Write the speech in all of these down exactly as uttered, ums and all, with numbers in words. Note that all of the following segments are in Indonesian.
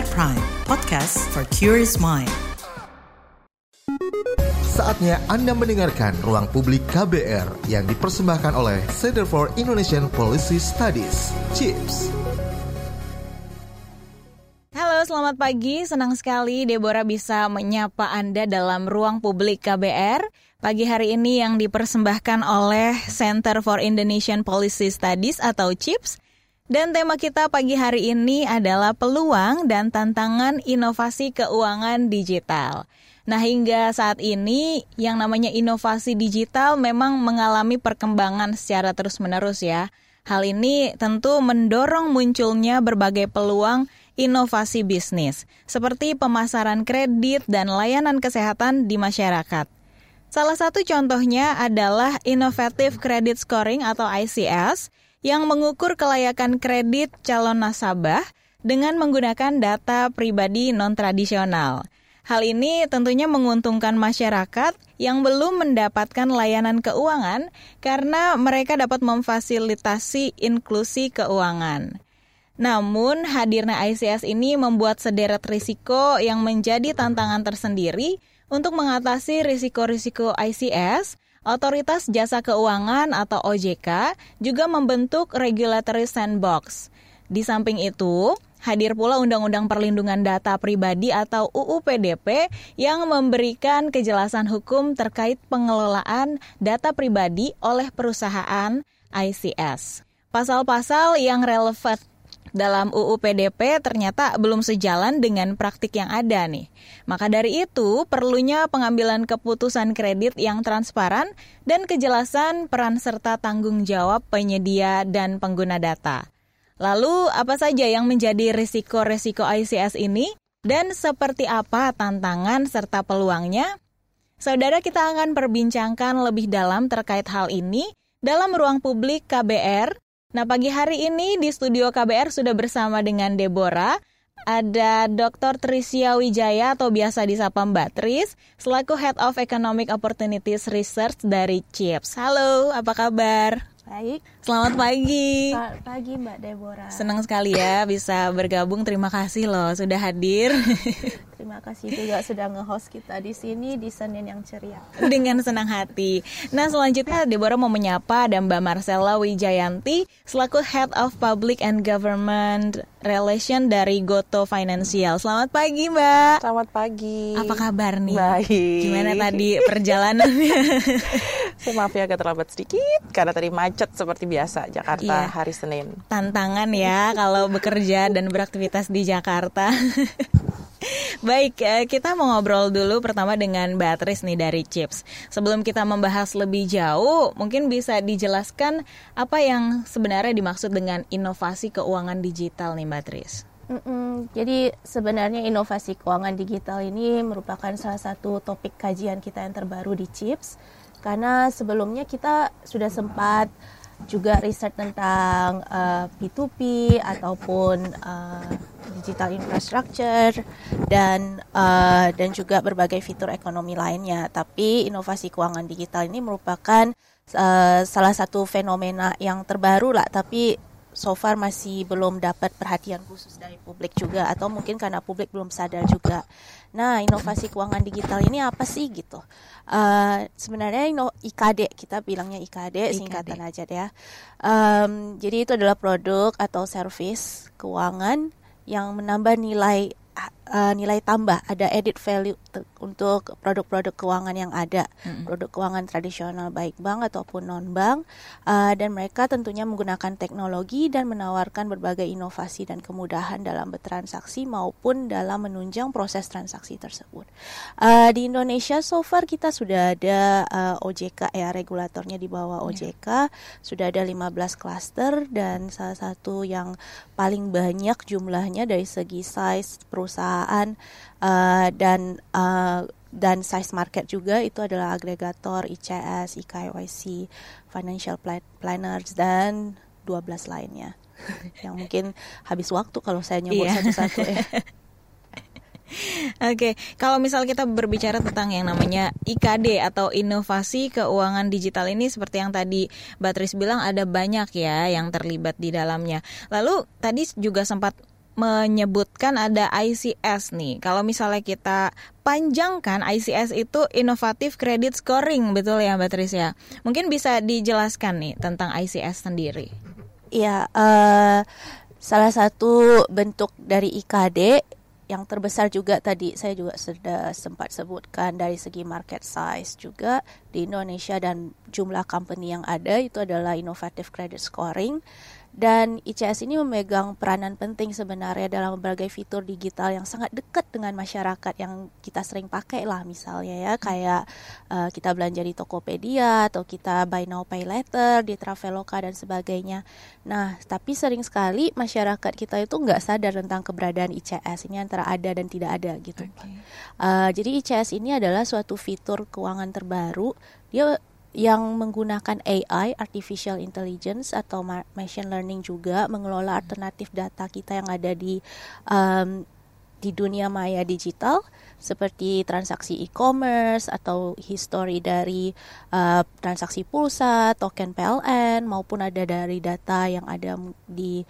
Prime, podcast for curious mind. Saatnya Anda mendengarkan Ruang Publik K B R yang dipersembahkan oleh Center for Indonesian Policy Studies, CIPS. Halo, selamat pagi. Senang sekali Deborah bisa menyapa Anda dalam Ruang Publik K B R. Pagi hari ini yang dipersembahkan oleh Center for Indonesian Policy Studies atau CIPS. Dan tema kita pagi hari ini adalah peluang dan tantangan inovasi keuangan digital. Nah, hingga saat ini yang namanya inovasi digital memang mengalami perkembangan secara terus-menerus ya. Hal ini tentu mendorong munculnya berbagai peluang inovasi bisnis, seperti pemasaran kredit dan layanan kesehatan di masyarakat. Salah satu contohnya adalah Innovative Credit Scoring atau I C S, yang mengukur kelayakan kredit calon nasabah dengan menggunakan data pribadi non-tradisional. Hal ini tentunya menguntungkan masyarakat yang belum mendapatkan layanan keuangan karena mereka dapat memfasilitasi inklusi keuangan. Namun, hadirnya I C S ini membuat sederet risiko yang menjadi tantangan tersendiri untuk mengatasi risiko-risiko I C S. Otoritas Jasa Keuangan atau O J K juga membentuk Regulatory Sandbox. Di samping itu, hadir pula Undang-Undang Perlindungan Data Pribadi atau U U P D P yang memberikan kejelasan hukum terkait pengelolaan data pribadi oleh perusahaan I C S. Pasal-pasal yang relevan dalam U U P D P ternyata belum sejalan dengan praktik yang ada nih. Maka dari itu, perlunya pengambilan keputusan kredit yang transparan dan kejelasan peran serta tanggung jawab penyedia dan pengguna data. Lalu, apa saja yang menjadi risiko-risiko I C S ini? Dan seperti apa tantangan serta peluangnya? Saudara, kita akan perbincangkan lebih dalam terkait hal ini dalam Ruang Publik K B R. Nah, pagi hari ini di studio K B R sudah bersama dengan Deborah, ada Doktor Trisya Wijaya atau biasa disapa Mbak Tris, selaku Head of Economic Opportunities Research dari CIPS. Halo, apa kabar? Baik. Selamat pagi. Selamat pagi Mbak Deborah. Senang sekali ya bisa bergabung. Terima kasih loh sudah hadir. Terima kasih juga sudah nge-host kita di sini di Senin yang ceria. Dengan senang hati. Nah, selanjutnya Deborah mau menyapa ada Mbak Marcella Wijayanti selaku Head of Public and Government Relation dari Goto Financial. Selamat pagi, Mbak. Selamat pagi. Apa kabar nih? Baik. Gimana tadi perjalanannya? Saya maaf ya agak terlambat sedikit karena tadi macet seperti biasa Jakarta iya. hari Senin. Tantangan ya kalau bekerja dan beraktivitas di Jakarta. Baik, kita mau ngobrol dulu pertama dengan Mbak Tris nih dari CIPS. Sebelum kita membahas lebih jauh, mungkin bisa dijelaskan apa yang sebenarnya dimaksud dengan inovasi keuangan digital nih Mbak Tris. Mm-mm. Jadi sebenarnya inovasi keuangan digital ini merupakan salah satu topik kajian kita yang terbaru di CIPS. Karena sebelumnya kita sudah sempat juga riset tentang uh, P to P ataupun uh, digital infrastructure dan uh, dan juga berbagai fitur ekonomi lainnya. Tapi inovasi keuangan digital ini merupakan uh, salah satu fenomena yang terbaru lah, tapi so far masih belum dapat perhatian khusus dari publik juga, atau mungkin karena publik belum sadar juga. Nah, inovasi keuangan digital ini apa sih gitu? Uh, sebenarnya I K D, kita bilangnya I K D, singkatan I K D aja deh ya. Um, jadi itu adalah produk atau service keuangan yang menambah nilai uh, nilai tambah, ada added value te- untuk produk-produk keuangan yang ada, mm-hmm. produk keuangan tradisional baik bank ataupun non bank, uh, dan mereka tentunya menggunakan teknologi dan menawarkan berbagai inovasi dan kemudahan dalam bertransaksi maupun dalam menunjang proses transaksi tersebut. Uh, di Indonesia so far kita sudah ada uh, O J K ya, regulatornya di bawah O J K, yeah. Sudah ada lima belas klaster dan salah satu yang paling banyak jumlahnya dari segi size perusahaan uh, dan uh, dan size market juga itu adalah agregator I C S, I K Y C, financial planners dan dua belas lainnya. Yang mungkin habis waktu kalau saya nyebut yeah. satu-satu ya. Oke, kalau misal kita berbicara tentang yang namanya I K D atau inovasi keuangan digital ini, seperti yang tadi Mbak Tris bilang ada banyak ya yang terlibat di dalamnya. Lalu tadi juga sempat menyebutkan ada I C S nih. Kalau misalnya kita panjangkan, I C S itu Innovative Credit Scoring, betul ya Mbak Trisya? Mungkin bisa dijelaskan nih tentang I C S sendiri. Iya, uh, salah satu bentuk dari I K D yang terbesar juga tadi saya juga sudah sempat sebutkan dari segi market size juga di Indonesia dan jumlah company yang ada itu adalah Innovative Credit Scoring. Dan I C S ini memegang peranan penting sebenarnya dalam berbagai fitur digital yang sangat dekat dengan masyarakat yang kita sering pakai lah, misalnya ya kayak uh, kita belanja di Tokopedia atau kita buy now pay later di Traveloka dan sebagainya. Nah, tapi sering sekali masyarakat kita itu nggak sadar tentang keberadaan I C S ini, antara ada dan tidak ada gitu. Okay. Uh, jadi I C S ini adalah suatu fitur keuangan terbaru. Dia yang menggunakan A I, Artificial Intelligence atau Machine Learning juga, mengelola alternatif data kita yang ada di um, di dunia maya digital seperti transaksi e-commerce atau history dari uh, transaksi pulsa, token P L N, maupun ada dari data yang ada di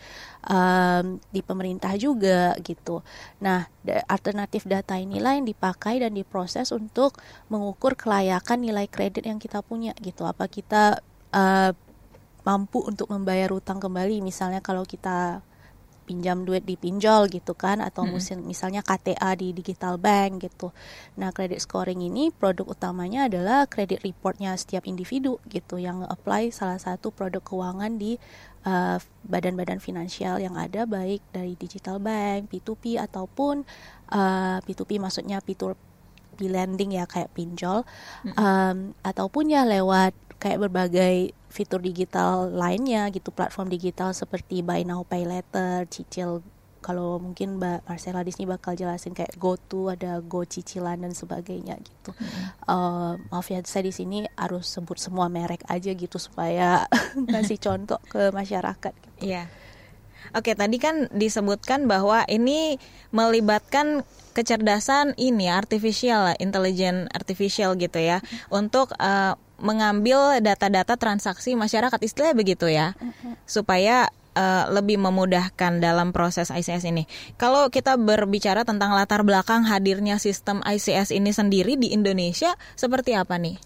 um, di pemerintah juga gitu. Nah, alternatif data inilah yang dipakai dan diproses untuk mengukur kelayakan nilai kredit yang kita punya gitu. Apa kita uh, mampu untuk membayar utang kembali, misalnya kalau kita pinjam duit di pinjol gitu kan, atau hmm. misalnya K T A di digital bank gitu. Nah, credit scoring ini produk utamanya adalah credit reportnya setiap individu gitu yang apply salah satu produk keuangan di uh, badan-badan finansial yang ada, baik dari digital bank, P to P ataupun uh, P to P maksudnya P to P lending ya kayak pinjol, hmm. um, ataupun ya lewat kayak berbagai fitur digital lainnya gitu, platform digital seperti buy now pay later, cicil. Kalau mungkin Mbak Marcella di sini bakal jelasin kayak GoTo, ada Go cicilan dan sebagainya gitu. Mm-hmm. Uh, maaf ya, saya di sini harus sebut semua merek aja gitu supaya ngasih contoh ke masyarakat. Iya. Gitu. Oke, tadi kan disebutkan bahwa ini melibatkan kecerdasan ini artificial, intelligence artificial gitu ya, untuk uh, mengambil data-data transaksi masyarakat, istilahnya begitu ya, uh-huh. supaya uh, lebih memudahkan dalam proses I C S ini. Kalau kita berbicara tentang latar belakang hadirnya sistem I C S ini sendiri di Indonesia, seperti apa nih?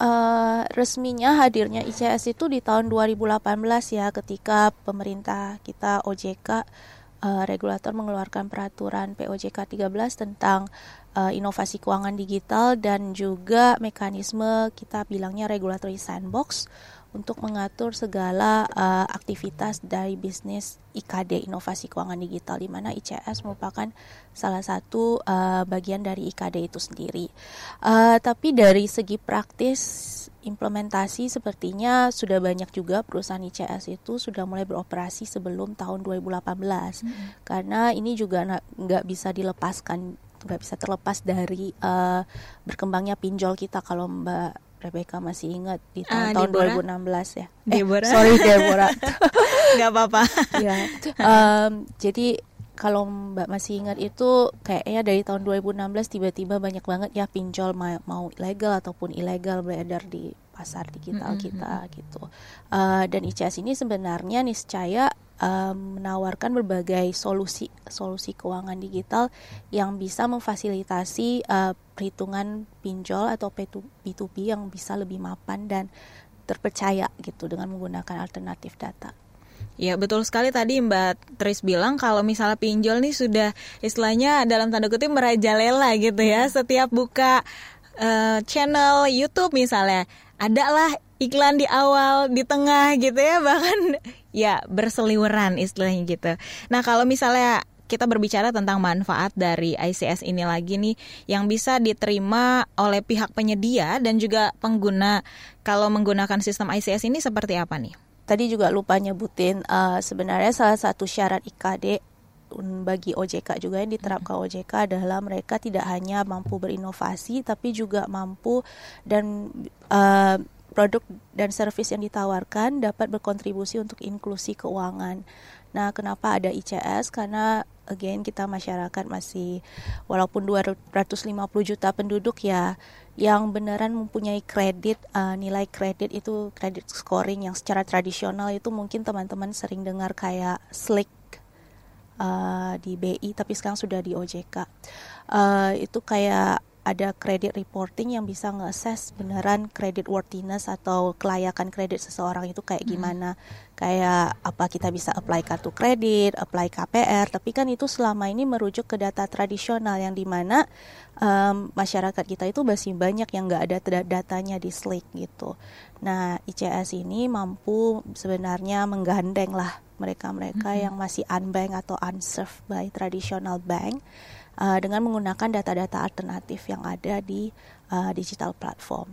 Uh, resminya hadirnya I C S itu di tahun dua ribu delapan belas ya, ketika pemerintah kita O J K, uh, regulator mengeluarkan peraturan P O J K tiga belas tentang uh, inovasi keuangan digital dan juga mekanisme kita bilangnya regulatory sandbox untuk mengatur segala uh, aktivitas dari bisnis I K D, inovasi keuangan digital, di mana I C S merupakan salah satu uh, bagian dari I K D itu sendiri. Uh, tapi dari segi praktis implementasi sepertinya sudah banyak juga perusahaan I C S itu sudah mulai beroperasi sebelum tahun dua ribu delapan belas, hmm. karena ini juga nggak bisa dilepaskan, nggak bisa terlepas dari uh, berkembangnya pinjol kita. Kalau Mbak Rebecca masih ingat di tahun, ah, tahun dua ribu enam belas ya. Deborah. Eh, sorry Deborah. Gak apa-apa. Ya. Um, jadi kalau Mbak masih ingat itu kayaknya dari tahun dua ribu enam belas tiba-tiba banyak banget ya pinjol mau, mau legal ataupun ilegal beredar di pasar digital mm-hmm. kita gitu. Uh, dan I C S ini sebenarnya niscaya Um, menawarkan berbagai solusi solusi keuangan digital yang bisa memfasilitasi uh, perhitungan pinjol atau P to P yang bisa lebih mapan dan terpercaya gitu dengan menggunakan alternatif data. Ya, betul sekali tadi Mbak Tris bilang kalau misalnya pinjol nih sudah istilahnya dalam tanda kutip merajalela gitu ya. Setiap buka uh, channel YouTube misalnya, ada lah iklan di awal, di tengah gitu ya, bahkan ya berseliweran istilahnya gitu. Nah, kalau misalnya kita berbicara tentang manfaat dari I C S ini lagi nih yang bisa diterima oleh pihak penyedia dan juga pengguna kalau menggunakan sistem I C S ini seperti apa nih? Tadi juga lupa nyebutin uh, sebenarnya salah satu syarat I K D bagi O J K juga yang diterapkan O J K adalah mereka tidak hanya mampu berinovasi tapi juga mampu dan uh, produk dan servis yang ditawarkan dapat berkontribusi untuk inklusi keuangan. Nah, kenapa ada I C S? Karena again kita masyarakat masih walaupun dua ratus lima puluh juta penduduk ya yang beneran mempunyai kredit, uh, nilai kredit itu kredit scoring yang secara tradisional itu mungkin teman-teman sering dengar kayak S L I C uh, di B I tapi sekarang sudah di O J K. Uh, itu kayak ada credit reporting yang bisa nge-assess beneran credit worthiness atau kelayakan kredit seseorang itu kayak gimana. Hmm. Kayak apa kita bisa apply kartu kredit, apply K P R, tapi kan itu selama ini merujuk ke data tradisional yang dimana um, masyarakat kita itu masih banyak yang nggak ada datanya di Slick gitu. Nah, I C S ini mampu sebenarnya menggandeng lah mereka-mereka hmm. yang masih unbanked atau unserved by traditional bank Uh, dengan menggunakan data-data alternatif yang ada di uh, digital platform.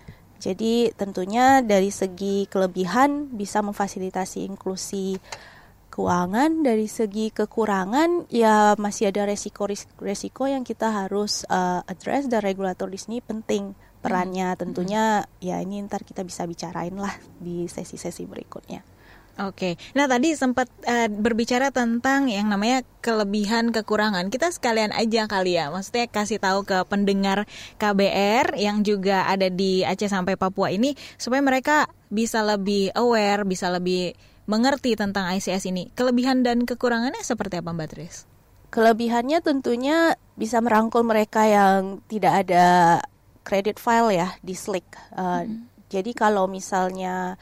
Jadi tentunya dari segi kelebihan bisa memfasilitasi inklusi keuangan, dari segi kekurangan ya masih ada resiko-resiko yang kita harus uh, address, dan regulator di sini penting perannya. Tentunya ya ini ntar kita bisa bicarain lah di sesi-sesi berikutnya. Oke, nah tadi sempat uh, berbicara tentang yang namanya kelebihan kekurangan. Kita sekalian aja kali ya, maksudnya kasih tahu ke pendengar K B R yang juga ada di Aceh sampai Papua ini supaya mereka bisa lebih aware, bisa lebih mengerti tentang I C S ini. Kelebihan dan kekurangannya seperti apa, Mbak Tris? Kelebihannya tentunya bisa merangkul mereka yang tidak ada credit file ya di Slick. Uh, hmm. Jadi kalau misalnya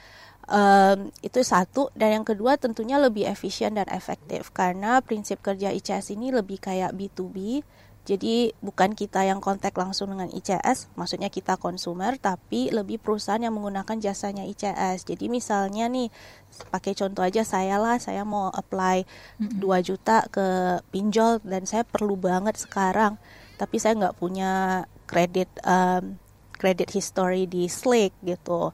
Um, itu satu, dan yang kedua tentunya lebih efisien dan efektif karena prinsip kerja I C S ini lebih kayak B to B. Jadi bukan kita yang kontak langsung dengan I C S, maksudnya kita konsumer, tapi lebih perusahaan yang menggunakan jasanya I C S. Jadi misalnya nih, pakai contoh aja saya lah, saya mau apply mm-hmm. dua juta ke pinjol dan saya perlu banget sekarang, tapi saya nggak punya kredit um, kredit history di Slick gitu.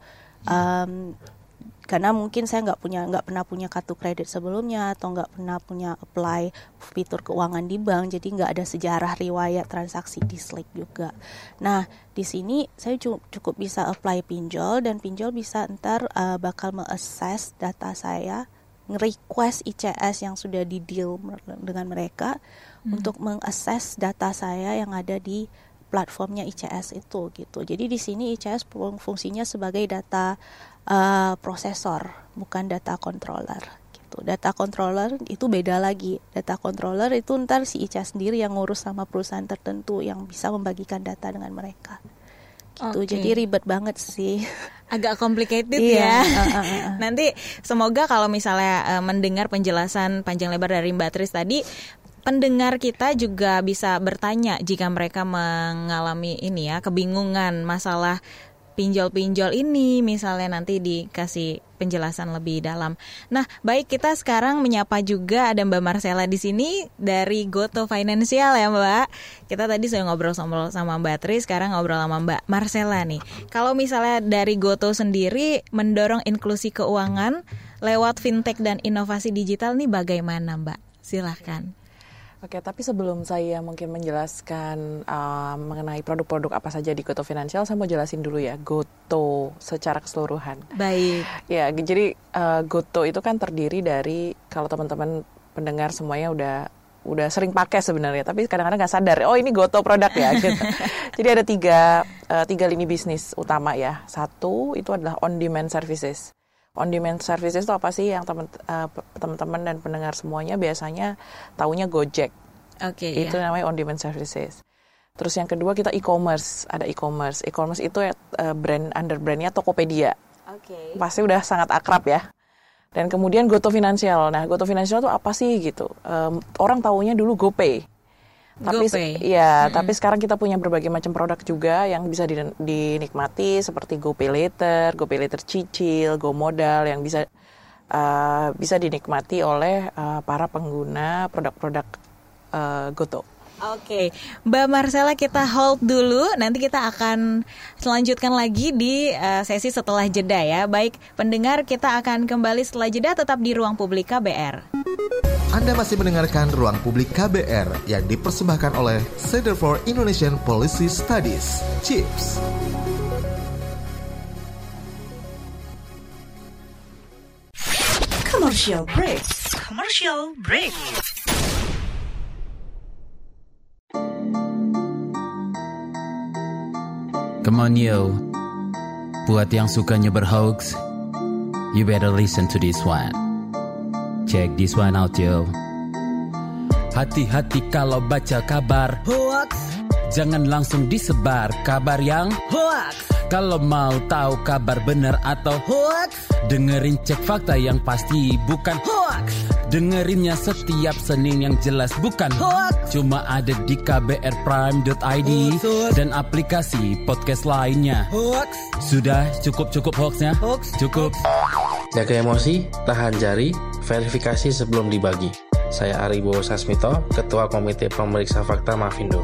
Um, Karena mungkin saya nggak punya nggak pernah punya kartu kredit sebelumnya atau nggak pernah punya apply fitur keuangan di bank, jadi nggak ada sejarah riwayat transaksi di Slick juga. Nah di sini saya cukup bisa apply pinjol, dan pinjol bisa ntar uh, bakal me-assess data saya, nge-request I C S yang sudah di deal dengan mereka hmm. untuk meng-assess data saya yang ada di platformnya I C S itu gitu. Jadi di sini I C S fungsinya sebagai data Uh, prosesor, bukan data controller gitu. Data controller itu beda lagi. Data controller itu ntar si I C S sendiri yang ngurus sama perusahaan tertentu yang bisa membagikan data dengan mereka gitu. Okay. Jadi ribet banget sih. Agak complicated iya. ya. uh, uh, uh. Nanti semoga kalau misalnya uh, mendengar penjelasan panjang lebar dari Mbak Tris tadi, pendengar kita juga bisa bertanya jika mereka mengalami ini ya, kebingungan masalah pinjol-pinjol ini, misalnya nanti dikasih penjelasan lebih dalam. Nah, baik, kita sekarang menyapa juga ada Mbak Marcella di sini dari Goto Financial ya, Mbak. Kita tadi sudah ngobrol sama Mbak Tris, sekarang ngobrol sama Mbak Marcella nih. Kalau misalnya dari Goto sendiri mendorong inklusi keuangan lewat fintech dan inovasi digital nih bagaimana, Mbak? Silahkan. Oke, tapi sebelum saya mungkin menjelaskan uh, mengenai produk-produk apa saja di Goto Financial, saya mau jelasin dulu ya Goto secara keseluruhan. Baik. Ya, jadi uh, Goto itu kan terdiri dari, kalau teman-teman pendengar semuanya udah udah sering pakai sebenarnya, tapi kadang-kadang nggak sadar, oh ini Goto produk ya. Gitu. Jadi ada tiga uh, tiga lini bisnis utama ya. Satu itu adalah on-demand services. On-demand services itu apa sih yang teman, uh, teman-teman dan pendengar semuanya biasanya taunya Gojek. Oke. Okay, itu yeah. namanya on-demand services. Terus yang kedua kita e-commerce, ada e-commerce. E-commerce itu uh, brand under brandnya Tokopedia. Oke. Okay. Pasti udah sangat akrab ya. Dan kemudian Goto Financial. Nah, Goto Financial itu apa sih gitu? Um, orang taunya dulu GoPay. Tapi GoPay. ya, mm-hmm. tapi sekarang kita punya berbagai macam produk juga yang bisa dinikmati seperti GoPay Later, GoPay Later cicil, Go Modal yang bisa uh, bisa dinikmati oleh uh, para pengguna produk-produk uh, Goto. Oke, Mbak Marcella kita hold dulu, nanti kita akan selanjutkan lagi di uh, sesi setelah jeda ya. Baik, pendengar, kita akan kembali setelah jeda, tetap di Ruang Publik K B R. Anda masih mendengarkan Ruang Publik K B R yang dipersembahkan oleh Center for Indonesian Policy Studies, CIPS. Commercial break. Commercial break. Come on yo, buat yang sukanya berhoax, you better listen to this one. Check this one out yo. Hati-hati kalau baca kabar Hoax, jangan langsung disebar kabar yang hoax, Kalau mau tahu kabar benar atau hoax, dengerin cek fakta yang pasti bukan hoax, Dengerinnya setiap Senin yang jelas bukan hoax. Cuma ada di k b r prime dot i d Hoax, hoax. dan aplikasi podcast lainnya. Hoax, Sudah cukup-cukup hoaxnya? Hoax. Cukup. Jaga emosi, tahan jari, verifikasi sebelum dibagi. Saya Aribo Sasmito, Ketua Komite Pemeriksa Fakta Mafindo.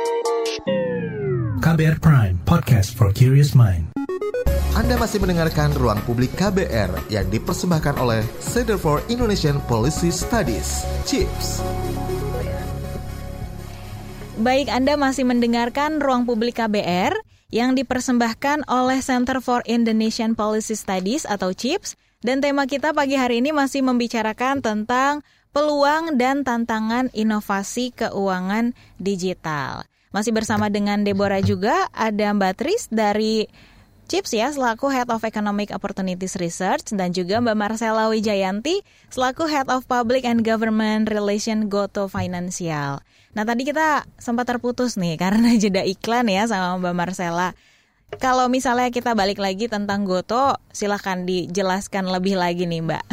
K B R Prime, podcast for curious mind. Anda masih mendengarkan Ruang Publik K B R yang dipersembahkan oleh Center for Indonesian Policy Studies, CIPS. Baik, Anda masih mendengarkan Ruang Publik K B R yang dipersembahkan oleh Center for Indonesian Policy Studies atau CIPS, dan tema kita pagi hari ini masih membicarakan tentang peluang dan tantangan inovasi keuangan digital. Masih bersama dengan Deborah juga, ada Mbak Tris dari CIPS ya, selaku Head of Economic Opportunities Research, dan juga Mbak Marcella Wijayanti selaku Head of Public and Government Relation Goto Financial. Nah, tadi kita sempat terputus nih karena jeda iklan ya sama Mbak Marcella. Kalau misalnya kita balik lagi tentang Goto, silahkan dijelaskan lebih lagi nih Mbak.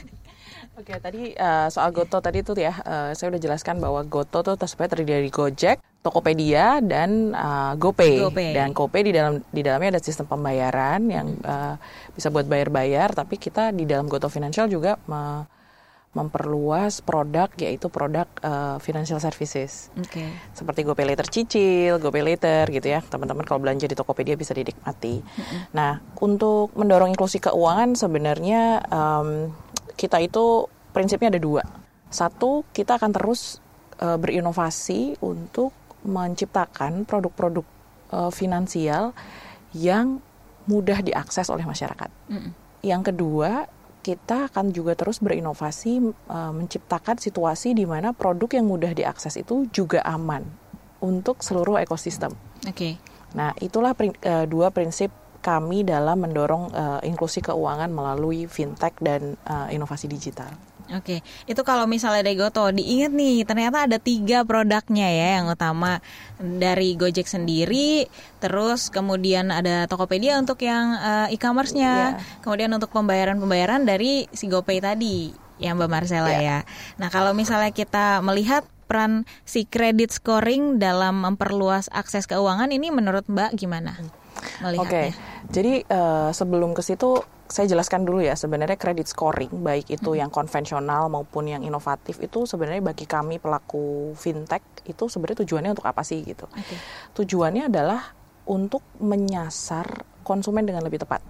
Oke, tadi uh, soal Goto tadi tuh ya, uh, saya udah jelaskan bahwa Goto tuh sebenarnya terdiri dari Gojek, Tokopedia, dan uh, GoPay. GoPay. Dan GoPay di dalam di dalamnya ada sistem pembayaran yang uh, bisa buat bayar-bayar, tapi kita di dalam Goto Financial juga me- memperluas produk, yaitu produk uh, financial services. Oke. Okay. Seperti GoPay Later cicil, GoPay Later gitu ya. Teman-teman kalau belanja di Tokopedia bisa dinikmati. Mm-hmm. Nah, untuk mendorong inklusi keuangan sebenarnya um, kita itu prinsipnya ada dua. Satu, kita akan terus uh, berinovasi untuk menciptakan produk-produk uh, finansial yang mudah diakses oleh masyarakat. Mm. Yang kedua, kita akan juga terus berinovasi uh, menciptakan situasi di mana produk yang mudah diakses itu juga aman untuk seluruh ekosistem. Oke. Okay. Nah, itulah prin- uh, dua prinsip kami dalam mendorong uh, inklusi keuangan melalui fintech dan uh, inovasi digital. Oke, itu kalau misalnya dari Goto, diingat nih ternyata ada tiga produknya ya yang utama dari Gojek sendiri, terus kemudian ada Tokopedia untuk yang uh, e-commerce-nya, yeah. Kemudian untuk pembayaran-pembayaran dari si GoPay tadi yang Mbak Marcella yeah. ya. Nah, kalau misalnya kita melihat peran si credit scoring dalam memperluas akses keuangan ini menurut Mbak gimana? Oke, okay. Jadi uh, sebelum ke situ saya jelaskan dulu ya, sebenarnya credit scoring baik itu hmm. yang konvensional maupun yang inovatif itu sebenarnya bagi kami pelaku fintech itu sebenarnya tujuannya untuk apa sih gitu. Okay. Tujuannya adalah untuk menyasar konsumen dengan lebih tepat,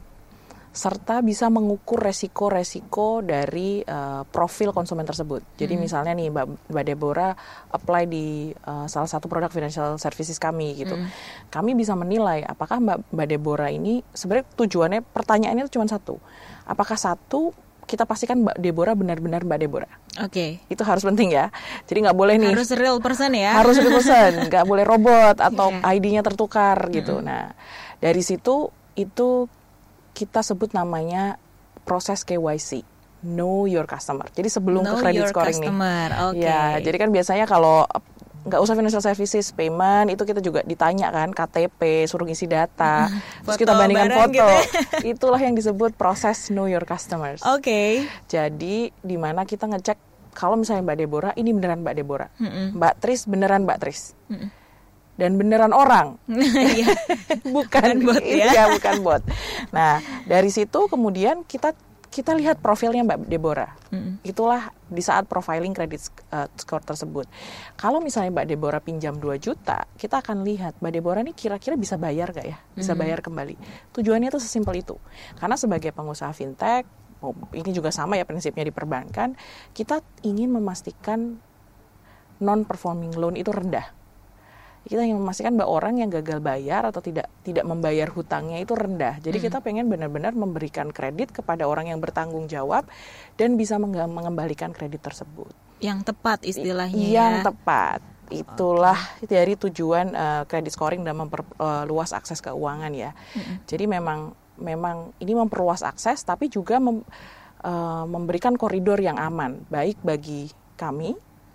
serta bisa mengukur resiko-resiko dari uh, profil konsumen tersebut. Jadi hmm. misalnya nih Mbak, Mbak Deborah apply di uh, salah satu produk financial services kami gitu. Hmm. Kami bisa menilai apakah Mbak, Mbak Deborah ini sebenarnya tujuannya, pertanyaannya itu cuma satu. Apakah satu, kita pastikan Mbak Deborah benar-benar Mbak Deborah. Oke. Okay. Itu harus penting ya. Jadi nggak boleh nih. Harus real person ya. Harus real person. Nggak boleh robot atau yeah. I D-nya tertukar gitu. Hmm. Nah, dari situ itu kita sebut namanya proses K Y C, Know Your Customer. Jadi sebelum know ke credit scoring customer. nih. Okay. Ya, jadi kan biasanya kalau nggak usah financial services, payment itu kita juga ditanya kan K T P, suruh ngisi data, hmm, terus kita bandingkan foto. Gitu ya? Itulah yang disebut proses Know Your Customers. Oke. Okay. Jadi di mana kita ngecek kalau misalnya Mbak Deborah ini beneran Mbak Deborah, mm-mm. Mbak Tris beneran Mbak Tris. Mm-mm. Dan beneran orang, bukan bot ya. ya, bukan bot. Nah, dari situ kemudian kita kita lihat profilnya Mbak Deborah. Mm. Itulah di saat profiling credit uh, score tersebut. Kalau misalnya Mbak Deborah pinjam dua juta, kita akan lihat Mbak Deborah ini kira-kira bisa bayar gak ya? Bisa mm. bayar kembali. Tujuannya itu sesimpel itu. Karena sebagai pengusaha fintech, oh, ini juga sama ya prinsipnya di perbankan, kita ingin memastikan non-performing loan itu rendah. Kita ingin memastikan bahwa orang yang gagal bayar atau tidak tidak membayar hutangnya itu rendah. Jadi hmm. kita pengen benar-benar memberikan kredit kepada orang yang bertanggung jawab dan bisa mengembalikan kredit tersebut. Yang tepat istilahnya. Yang ya. tepat. Itulah okay. dari tujuan uh, credit scoring dan memperluas uh, akses keuangan ya. Hmm. Jadi memang memang ini memperluas akses tapi juga mem, uh, memberikan koridor yang aman baik bagi kami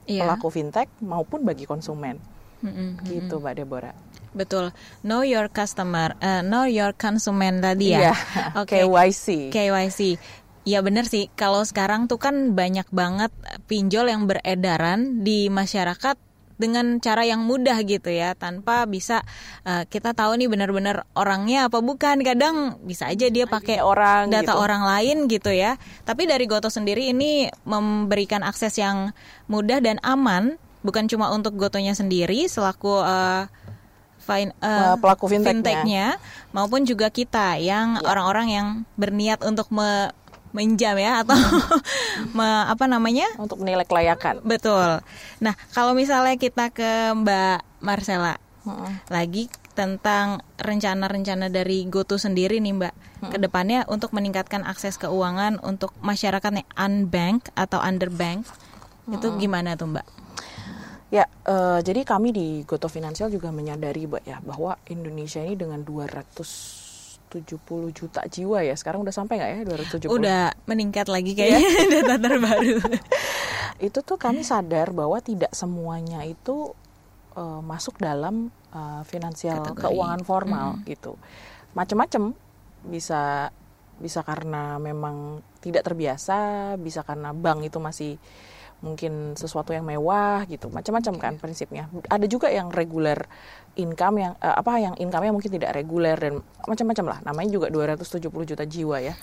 yeah. pelaku fintech maupun bagi konsumen. Mm-mm, gitu mm-mm. Mbak Deborah. Betul. Know your customer, uh, know your consumer tadi ya. Yeah. Oke. K Y C. K Y C. Ya benar sih. Kalau sekarang tuh kan banyak banget pinjol yang beredaran di masyarakat dengan cara yang mudah gitu ya, tanpa bisa uh, kita tahu nih benar-benar orangnya apa bukan. Kadang bisa aja dia pakai orang data gitu. orang lain gitu ya. Tapi dari Goto sendiri ini memberikan akses yang mudah dan aman, bukan cuma untuk Gotonya sendiri selaku uh, fine, uh, pelaku fintech-nya. fintech-nya, maupun juga kita yang ya. orang-orang yang berniat untuk me menjam ya atau me, apa namanya untuk menilai kelayakan. Betul. Nah, kalau misalnya kita ke Mbak Marcella Hmm. lagi tentang rencana-rencana dari Goto sendiri nih Mbak, hmm. kedepannya untuk meningkatkan akses keuangan untuk masyarakat yang unbanked atau underbanked, hmm. itu gimana tuh Mbak? Ya, uh, jadi kami di Goto Finansial juga menyadari Mbak ya bahwa Indonesia ini dengan dua ratus tujuh puluh juta jiwa ya, sekarang udah sampai nggak ya dua ratus tujuh puluh? Udah meningkat lagi kayaknya data terbaru. Itu tuh kami sadar bahwa tidak semuanya itu uh, masuk dalam uh, finansial Kategori. keuangan formal hmm. gitu. Macam-macam, bisa bisa karena memang tidak terbiasa, bisa karena bank itu masih mungkin sesuatu yang mewah gitu, macam-macam kan prinsipnya. Ada juga yang regular income yang uh, apa yang income-nya mungkin tidak reguler dan macam-macam lah. Namanya juga dua ratus tujuh puluh juta jiwa ya.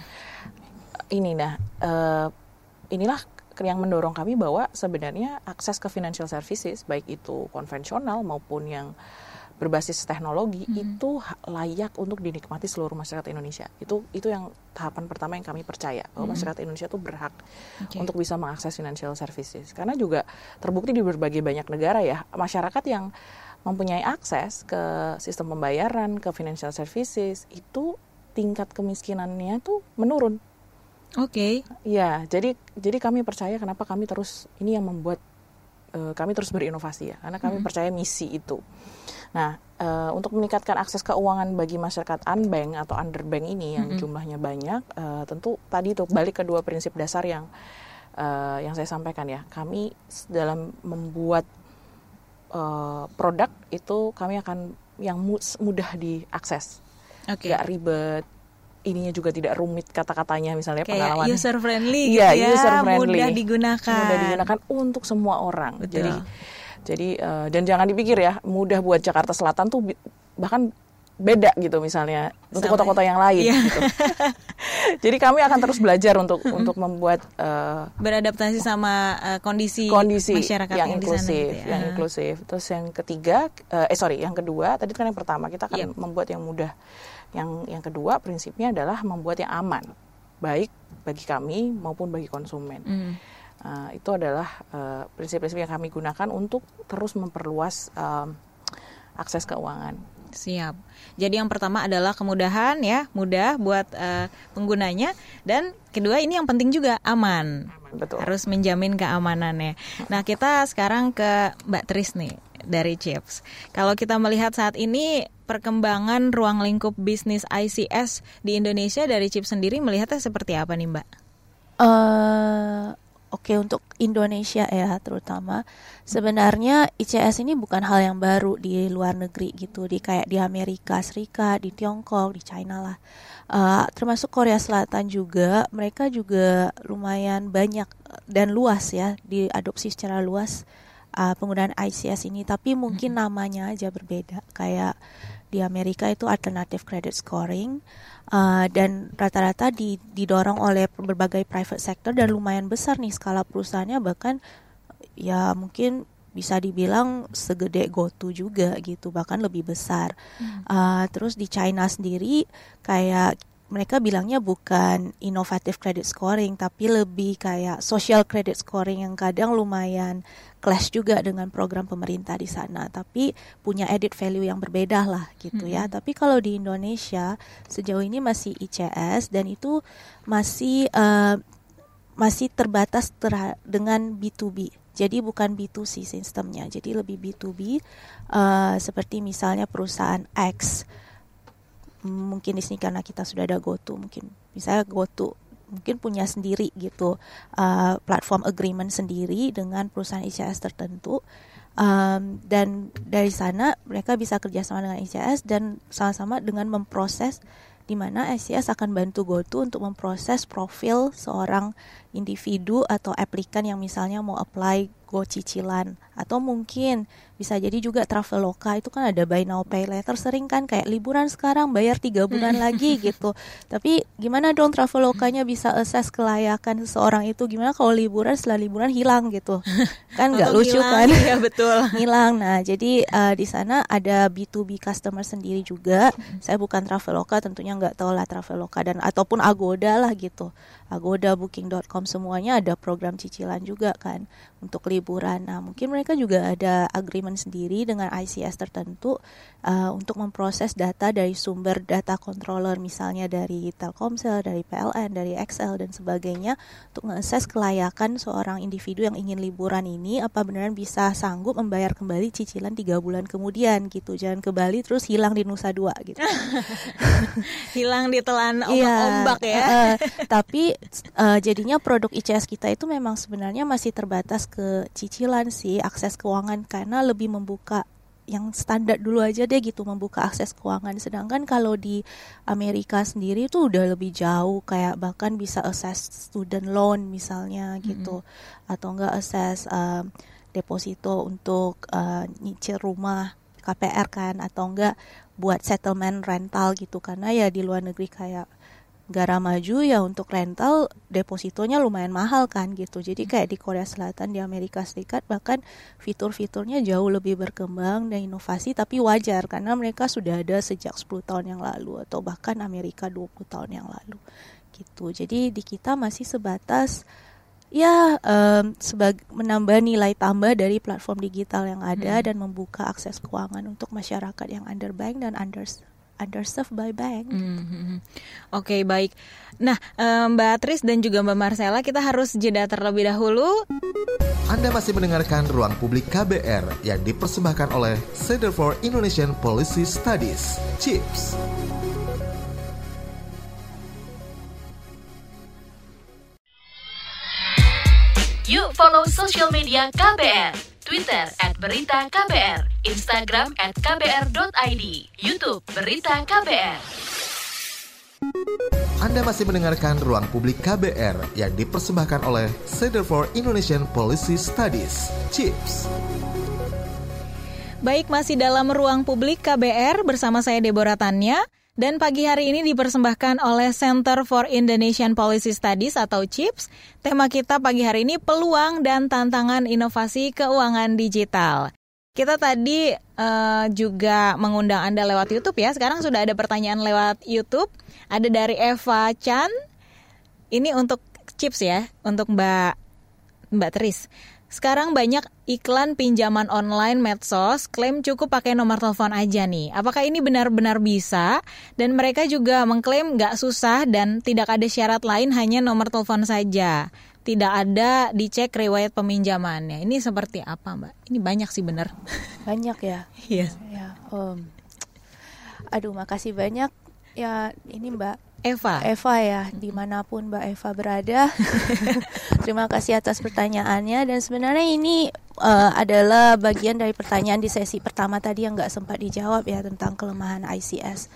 Ini nah uh, inilah yang mendorong kami bahwa sebenarnya akses ke financial services baik itu konvensional maupun yang berbasis teknologi hmm. itu layak untuk dinikmati seluruh masyarakat Indonesia. Itu itu yang tahapan pertama yang kami percaya bahwa hmm. masyarakat Indonesia itu berhak okay. untuk bisa mengakses financial services. Karena juga terbukti di berbagai banyak negara ya, masyarakat yang mempunyai akses ke sistem pembayaran, ke financial services itu tingkat kemiskinannya tuh menurun. Oke. Okay. Ya, jadi jadi kami percaya kenapa kami terus ini yang membuat uh, kami terus berinovasi ya, karena kami hmm. percaya misi itu. Nah, uh, untuk meningkatkan akses keuangan bagi masyarakat unbank atau underbank ini yang mm-hmm. jumlahnya banyak, uh, tentu tadi itu balik ke dua prinsip dasar yang uh, yang saya sampaikan ya. Kami dalam membuat uh, produk itu kami akan yang mudah diakses, okay. gak ribet. Ininya juga tidak rumit kata-katanya misalnya kayak pengalaman user friendly ya, gitu ya, user friendly, mudah digunakan, mudah digunakan untuk semua orang. Betul. Jadi Jadi uh, dan jangan dipikir ya mudah buat Jakarta Selatan tuh bahkan beda gitu misalnya untuk Sampai, kota-kota yang lain iya. gitu. Jadi kami akan terus belajar untuk untuk membuat uh, beradaptasi sama uh, kondisi, kondisi masyarakat yang, yang inklusif, di sana gitu ya. yang inklusif. Terus yang ketiga, uh, eh sorry, yang kedua tadi kan yang pertama kita akan yep. membuat yang mudah. Yang yang kedua prinsipnya adalah membuat yang aman, baik bagi kami maupun bagi konsumen. Mm. Uh, itu adalah uh, prinsip-prinsip yang kami gunakan untuk terus memperluas um, akses keuangan. Siap. Jadi yang pertama adalah kemudahan ya, mudah buat uh, penggunanya, dan kedua ini yang penting juga aman. Aman, betul. Harus menjamin keamanannya. Nah, kita sekarang ke Mbak Tris nih dari Chips. Kalau kita melihat saat ini perkembangan ruang lingkup bisnis I C S di Indonesia dari Chips sendiri melihatnya seperti apa nih, Mbak? Uh... Oke, untuk Indonesia ya terutama, sebenarnya I C S ini bukan hal yang baru di luar negeri gitu, di kayak di Amerika Serikat, di Tiongkok, di China lah, uh, termasuk Korea Selatan juga, mereka juga lumayan banyak dan luas ya, diadopsi secara luas uh, penggunaan I C S ini, tapi mungkin namanya aja berbeda. Kayak di Amerika itu alternative credit scoring, uh, dan rata-rata di, didorong oleh berbagai private sector dan lumayan besar nih skala perusahaannya, bahkan ya mungkin bisa dibilang segede GoTo juga gitu, bahkan lebih besar. Hmm. Uh, terus di China sendiri kayak mereka bilangnya bukan innovative credit scoring, tapi lebih kayak social credit scoring yang kadang lumayan clash juga dengan program pemerintah di sana, tapi punya added value yang berbeda lah gitu ya. Hmm. Tapi kalau di Indonesia sejauh ini masih I C S dan itu masih uh, masih terbatas ter- dengan B to B. Jadi bukan B to C sistemnya, jadi lebih B to B, uh, seperti misalnya perusahaan X. Mungkin di sini karena kita sudah ada GoTo, mungkin misalnya GoTo mungkin punya sendiri gitu uh, platform agreement sendiri dengan perusahaan I C S tertentu. Um, dan dari sana mereka bisa kerjasama dengan I C S dan sama-sama dengan memproses, di mana I C S akan bantu GoTo untuk memproses profil seorang individu atau aplikan yang misalnya mau apply Go cicilan, atau mungkin bisa jadi juga Traveloka itu kan ada buy now pay later, sering kan kayak liburan sekarang bayar tiga bulan lagi gitu. Tapi gimana dong Travelokanya bisa assess kelayakan seseorang itu, gimana kalau liburan setelah liburan hilang gitu kan, nggak lucu hilang, kan. ya betul. Hilang. Nah jadi uh, di sana ada B to B customer sendiri juga. Saya bukan Traveloka, tentunya nggak tahu lah Traveloka dan ataupun Agoda lah gitu, Agoda, booking dot com, semuanya ada program cicilan juga kan untuk liburan. Nah mungkin mereka juga ada agreement sendiri dengan I C S tertentu uh, untuk memproses data dari sumber data controller, misalnya dari Telkomsel, dari P L N, dari X L dan sebagainya, untuk nge-assess kelayakan seorang individu yang ingin liburan ini apa beneran bisa sanggup membayar kembali cicilan tiga bulan kemudian gitu. Jangan ke Bali terus hilang di Nusa Dua gitu. Hilang ditelan ombak-ombak ya. Uh, uh, tapi uh, jadinya produk I C S kita itu memang sebenarnya masih terbatas ke cicilan sih, akses keuangan, karena lebih membuka yang standar dulu aja deh gitu, membuka akses keuangan. Sedangkan kalau di Amerika sendiri itu udah lebih jauh, kayak bahkan bisa access student loan misalnya gitu, mm-hmm. atau enggak access um, deposito untuk uh, nyicil rumah K P R kan, atau enggak buat settlement rental gitu. Karena ya di luar negeri kayak negara maju ya untuk rental depositonya lumayan mahal kan gitu. Jadi kayak di Korea Selatan, di Amerika Serikat bahkan fitur-fiturnya jauh lebih berkembang dan inovasi, tapi wajar karena mereka sudah ada sejak sepuluh tahun yang lalu, atau bahkan Amerika dua puluh tahun yang lalu gitu. Jadi di kita masih sebatas ya um, sebagai menambah nilai tambah dari platform digital yang ada, hmm. dan membuka akses keuangan untuk masyarakat yang underbanked dan unders underserved by bank. Mm-hmm. Oke, okay, baik. Nah, Mbak Tris dan juga Mbak Marcella, kita harus jeda terlebih dahulu. Anda masih mendengarkan Ruang Publik K B R yang dipersembahkan oleh Center for Indonesian Policy Studies, CIPS. Yuk follow social media K B R. Twitter at Berita K B R, Instagram at k b r dot i d, YouTube Berita K B R. Anda masih mendengarkan Ruang Publik K B R yang dipersembahkan oleh Center for Indonesian Policy Studies, CIPS. Baik, masih dalam Ruang Publik K B R bersama saya Deborah Tanya. Dan pagi hari ini dipersembahkan oleh Center for Indonesian Policy Studies atau CIPS. Tema kita pagi hari ini peluang dan tantangan inovasi keuangan digital. Kita tadi uh, juga mengundang Anda lewat YouTube ya. Sekarang sudah ada pertanyaan lewat YouTube. Ada dari Eva Chan. Ini untuk CIPS ya, untuk Mbak Mbak Tris. Sekarang banyak iklan pinjaman online medsos, klaim cukup pakai nomor telepon aja nih. Apakah ini benar-benar bisa? Dan mereka juga mengklaim nggak susah dan tidak ada syarat lain, hanya nomor telepon saja. Tidak ada dicek riwayat peminjamannya. Ini seperti apa, Mbak? Ini banyak sih benar. Banyak ya? Iya. Yes. Ya, um, aduh, makasih banyak. Ya, ini Mbak Eva. Eva ya, dimanapun Mbak Eva berada. Terima kasih atas pertanyaannya. Dan sebenarnya ini uh, adalah bagian dari pertanyaan di sesi pertama tadi yang nggak sempat dijawab ya, tentang kelemahan I C S.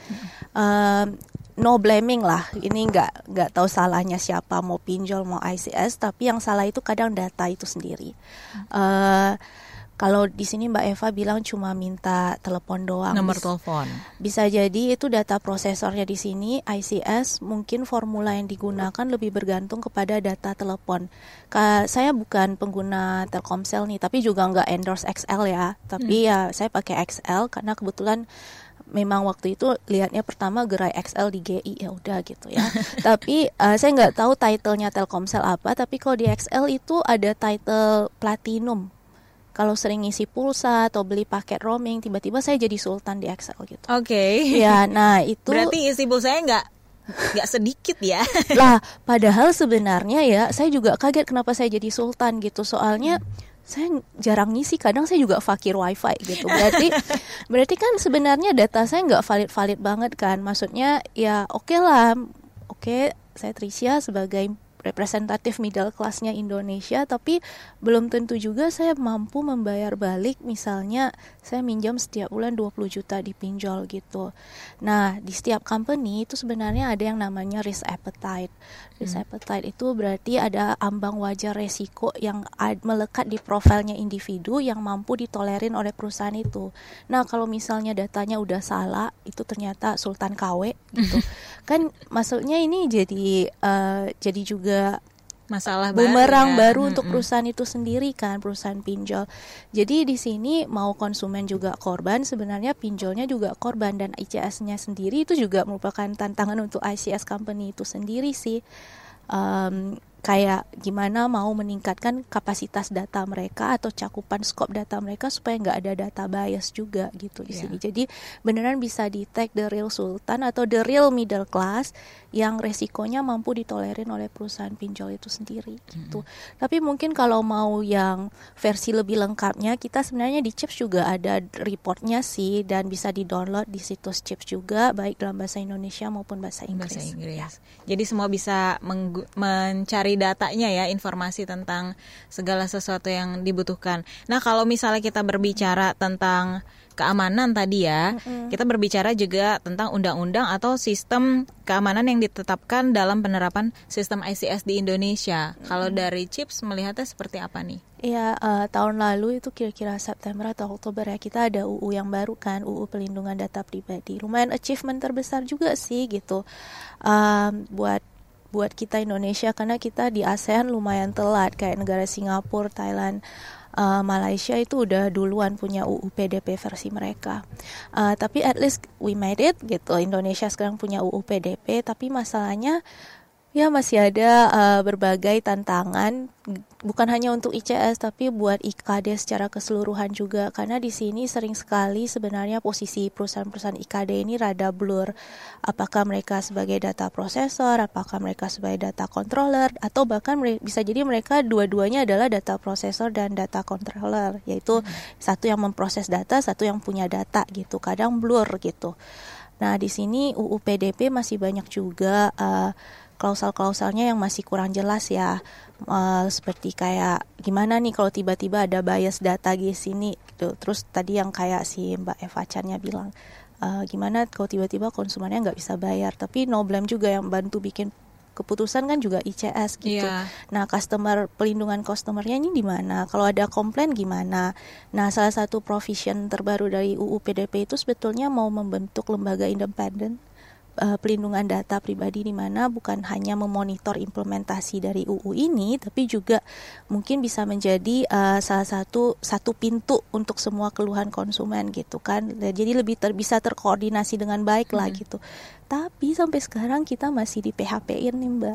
Um, no blaming lah. Ini nggak nggak tahu salahnya siapa, mau pinjol mau I C S, tapi yang salah itu kadang data itu sendiri. Uh, Kalau di sini Mbak Eva bilang cuma minta telepon doang. Nomor telepon. Bisa jadi itu data prosesornya di sini I C S, mungkin formula yang digunakan lebih bergantung kepada data telepon. Ka, saya bukan pengguna Telkomsel nih, tapi juga nggak endorse X L ya. Tapi hmm. ya saya pakai X L karena kebetulan memang waktu itu lihatnya pertama gerai X L di G I, ya udah gitu ya. Tapi uh, saya nggak tahu title-nya Telkomsel apa, tapi kalau di X L itu ada title Platinum. Kalau sering ngisi pulsa atau beli paket roaming, tiba-tiba saya jadi sultan di X L gitu. Oke. Okay. Ya, nah itu. Berarti isi pulsanya nggak nggak sedikit ya? Lah, padahal sebenarnya ya, saya juga kaget kenapa saya jadi sultan gitu. Soalnya hmm. saya jarang ngisi, kadang saya juga fakir wifi gitu. Berarti, berarti kan sebenarnya data saya nggak valid-valid banget kan. Maksudnya ya oke okay lah. Oke, okay, saya Tricia sebagai representatif middle class-nya Indonesia, tapi belum tentu juga saya mampu membayar balik. Misalnya saya minjam setiap bulan dua puluh juta di pinjol gitu. Nah, di setiap company itu sebenarnya ada yang namanya risk appetite. Risk hmm. appetite itu berarti ada ambang wajar resiko yang ad- melekat di profilnya individu yang mampu ditolerin oleh perusahaan itu. Nah, kalau misalnya datanya udah salah, itu ternyata Sultan K W gitu. Kan maksudnya ini jadi uh, jadi juga masalah bumerang baru, ya. baru hmm, untuk hmm. perusahaan itu sendiri kan, perusahaan pinjol. Jadi di sini mau konsumen juga korban, sebenarnya pinjolnya juga korban, dan I C S-nya sendiri itu juga merupakan tantangan untuk I C S company itu sendiri sih. Um, kayak gimana mau meningkatkan kapasitas data mereka atau cakupan skop data mereka supaya nggak ada data bias juga gitu di yeah. sini. Jadi beneran bisa detect the real sultan atau the real middle class yang resikonya mampu ditolerin oleh perusahaan pinjol itu sendiri gitu. Mm-hmm. Tapi mungkin kalau mau yang versi lebih lengkapnya, kita sebenarnya di Chips juga ada reportnya sih, dan bisa di-download di situs Chips juga, baik dalam bahasa Indonesia maupun bahasa Inggris. Bahasa Inggris. Ya. Jadi semua bisa meng- mencari datanya ya, informasi tentang segala sesuatu yang dibutuhkan. Nah, kalau misalnya kita berbicara tentang keamanan tadi ya, mm-hmm. kita berbicara juga tentang undang-undang atau sistem keamanan yang ditetapkan dalam penerapan sistem I C S di Indonesia. Mm-hmm. Kalau dari Chips melihatnya seperti apa nih? Iya, uh, tahun lalu itu kira-kira September atau Oktober ya, kita ada U U yang baru kan, U U Pelindungan Data Pribadi. Lumayan achievement terbesar juga sih gitu. Um, buat buat kita Indonesia, karena kita di ASEAN lumayan telat, kayak negara Singapura, Thailand, uh, Malaysia itu udah duluan punya U U P D P versi mereka. Uh, tapi at least we made it gitu. Indonesia sekarang punya U U P D P, tapi masalahnya ya masih ada uh, berbagai tantangan, bukan hanya untuk I C S tapi buat I K D secara keseluruhan juga, karena di sini sering sekali sebenarnya posisi perusahaan-perusahaan I K D ini rada blur. Apakah mereka sebagai data processor, apakah mereka sebagai data controller, atau bahkan mere- bisa jadi mereka dua-duanya adalah data processor dan data controller, yaitu hmm. satu yang memproses data, satu yang punya data gitu. Kadang blur gitu. Nah, di sini U U P D P masih banyak juga uh, klausal-klausalnya yang masih kurang jelas ya, uh, seperti kayak gimana nih kalau tiba-tiba ada bias data di sini gitu. Terus tadi yang kayak si Mbak Eva Chan-nya bilang, uh, gimana kalau tiba-tiba konsumennya nggak bisa bayar, tapi no blame juga yang bantu bikin keputusan kan juga I C S gitu. Yeah. Nah, customer pelindungan customernya ini di mana? Kalau ada komplain gimana? Nah, salah satu provision terbaru dari U U P D P itu sebetulnya mau membentuk lembaga independen Uh, pelindungan data pribadi, di mana bukan hanya memonitor implementasi dari U U ini, tapi juga mungkin bisa menjadi uh, salah satu satu pintu untuk semua keluhan konsumen gitu kan. Jadi lebih ter, bisa terkoordinasi dengan baik lah hmm. gitu. Tapi sampai sekarang kita masih di P H P-in nih Mbak.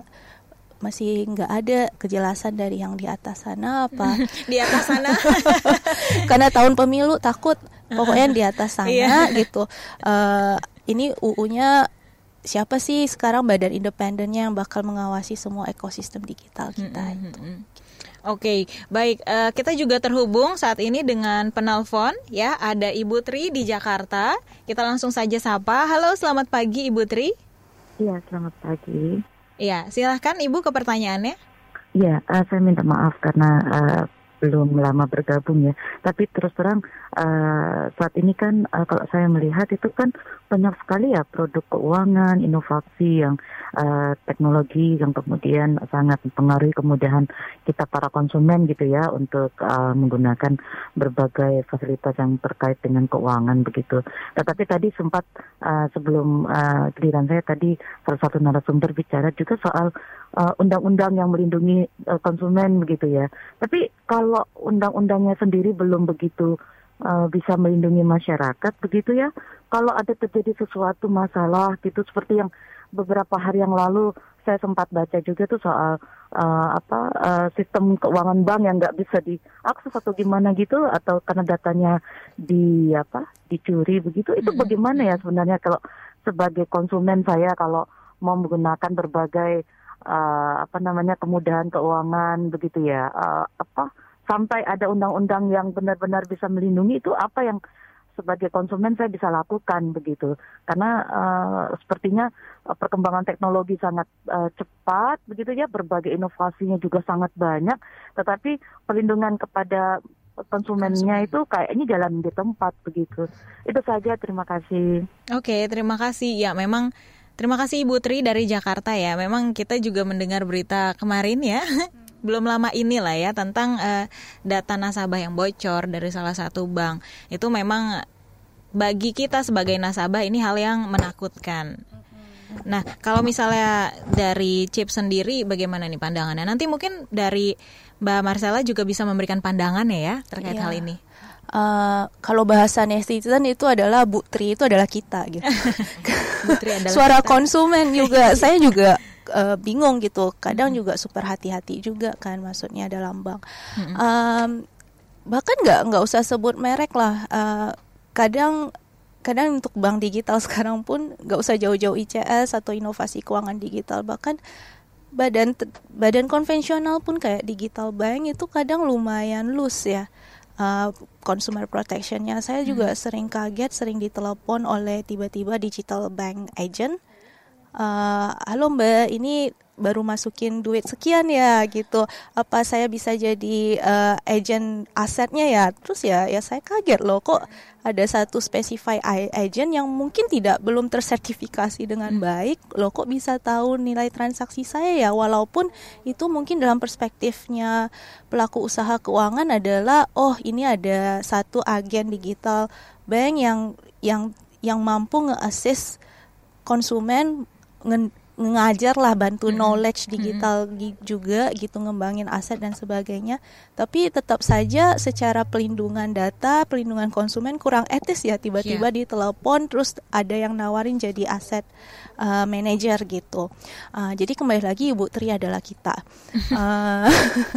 Masih nggak ada kejelasan dari yang di atas sana apa di atas sana karena tahun pemilu takut pokoknya di atas sana yeah. gitu. Uh, ini U U-nya siapa sih sekarang badan independennya yang bakal mengawasi semua ekosistem digital kita mm-hmm. itu. Oke, okay, baik. Uh, kita juga terhubung saat ini dengan penelpon ya. Ada Ibu Tri di Jakarta. Kita langsung saja sapa. Halo, selamat pagi Ibu Tri. Iya, selamat pagi. Iya, silahkan Ibu ke pertanyaannya. Iya, uh, saya minta maaf karena uh, belum lama bergabung ya. Tapi terus terang uh, saat ini kan uh, kalau saya melihat itu kan banyak sekali ya produk keuangan, inovasi yang uh, teknologi yang kemudian sangat mempengaruhi kemudahan kita para konsumen gitu ya untuk uh, menggunakan berbagai fasilitas yang terkait dengan keuangan begitu. Tetapi tadi sempat uh, sebelum uh, giliran saya tadi salah satu narasumber bicara juga soal uh, undang-undang yang melindungi uh, konsumen begitu ya. Tapi kalau undang-undangnya sendiri belum begitu uh, bisa melindungi masyarakat begitu ya. Kalau ada terjadi sesuatu masalah gitu seperti yang beberapa hari yang lalu saya sempat baca juga tuh soal uh, apa uh, sistem keuangan bank yang nggak bisa diakses atau gimana gitu, atau karena datanya di apa dicuri begitu. Itu bagaimana ya sebenarnya kalau sebagai konsumen saya kalau mau menggunakan berbagai uh, apa namanya kemudahan keuangan begitu ya, uh, apa sampai ada undang-undang yang benar-benar bisa melindungi, itu apa yang sebagai konsumen saya bisa lakukan begitu. Karena uh, sepertinya uh, perkembangan teknologi sangat uh, cepat begitu ya, berbagai inovasinya juga sangat banyak, tetapi perlindungan kepada konsumennya itu kayaknya jalan di tempat begitu. Itu saja, terima kasih. Oke, terima kasih. Ya, memang terima kasih Ibu Tri dari Jakarta ya. Memang kita juga mendengar berita kemarin ya. Belum lama inilah ya tentang uh, data nasabah yang bocor dari salah satu bank. Itu memang bagi kita sebagai nasabah ini hal yang menakutkan. Nah, kalau misalnya dari Chips sendiri bagaimana nih pandangannya? Nanti mungkin dari Mbak Marcella juga bisa memberikan pandangannya ya terkait iya. hal ini. Uh, kalau bahasa netizen itu adalah Bu Tri itu adalah kita gitu. Bu Tri adalah suara kita. Konsumen juga. Saya juga Uh, bingung gitu, kadang juga super hati-hati juga kan, maksudnya dalam bank. Mm-hmm. Um, bahkan nggak nggak usah sebut merek lah. Uh, kadang kadang untuk bank digital sekarang pun nggak usah jauh-jauh I C S atau inovasi keuangan digital, bahkan badan badan konvensional pun kayak digital bank itu kadang lumayan loose ya. Uh, consumer protectionnya. Saya juga hmm. sering kaget, sering ditelepon oleh tiba-tiba digital bank agent. Uh, halo Mbak, ini baru masukin duit sekian ya gitu. Apa saya bisa jadi uh, agent asetnya ya? Terus ya, ya saya kaget loh, kok ada satu specify agent yang mungkin tidak belum tersertifikasi dengan baik. Loh kok bisa tahu nilai transaksi saya ya? Walaupun itu mungkin dalam perspektifnya pelaku usaha keuangan adalah, oh ini ada satu agen digital bank yang yang yang mampu nge-assist konsumen, nge- ngajar lah, bantu knowledge digital mm-hmm. juga gitu, ngembangin aset dan sebagainya. Tapi tetap saja secara pelindungan data, pelindungan konsumen kurang etis ya, tiba-tiba yeah. ditelepon terus ada yang nawarin jadi aset uh, manager gitu. Uh, jadi kembali lagi Ibu Tri adalah kita. uh,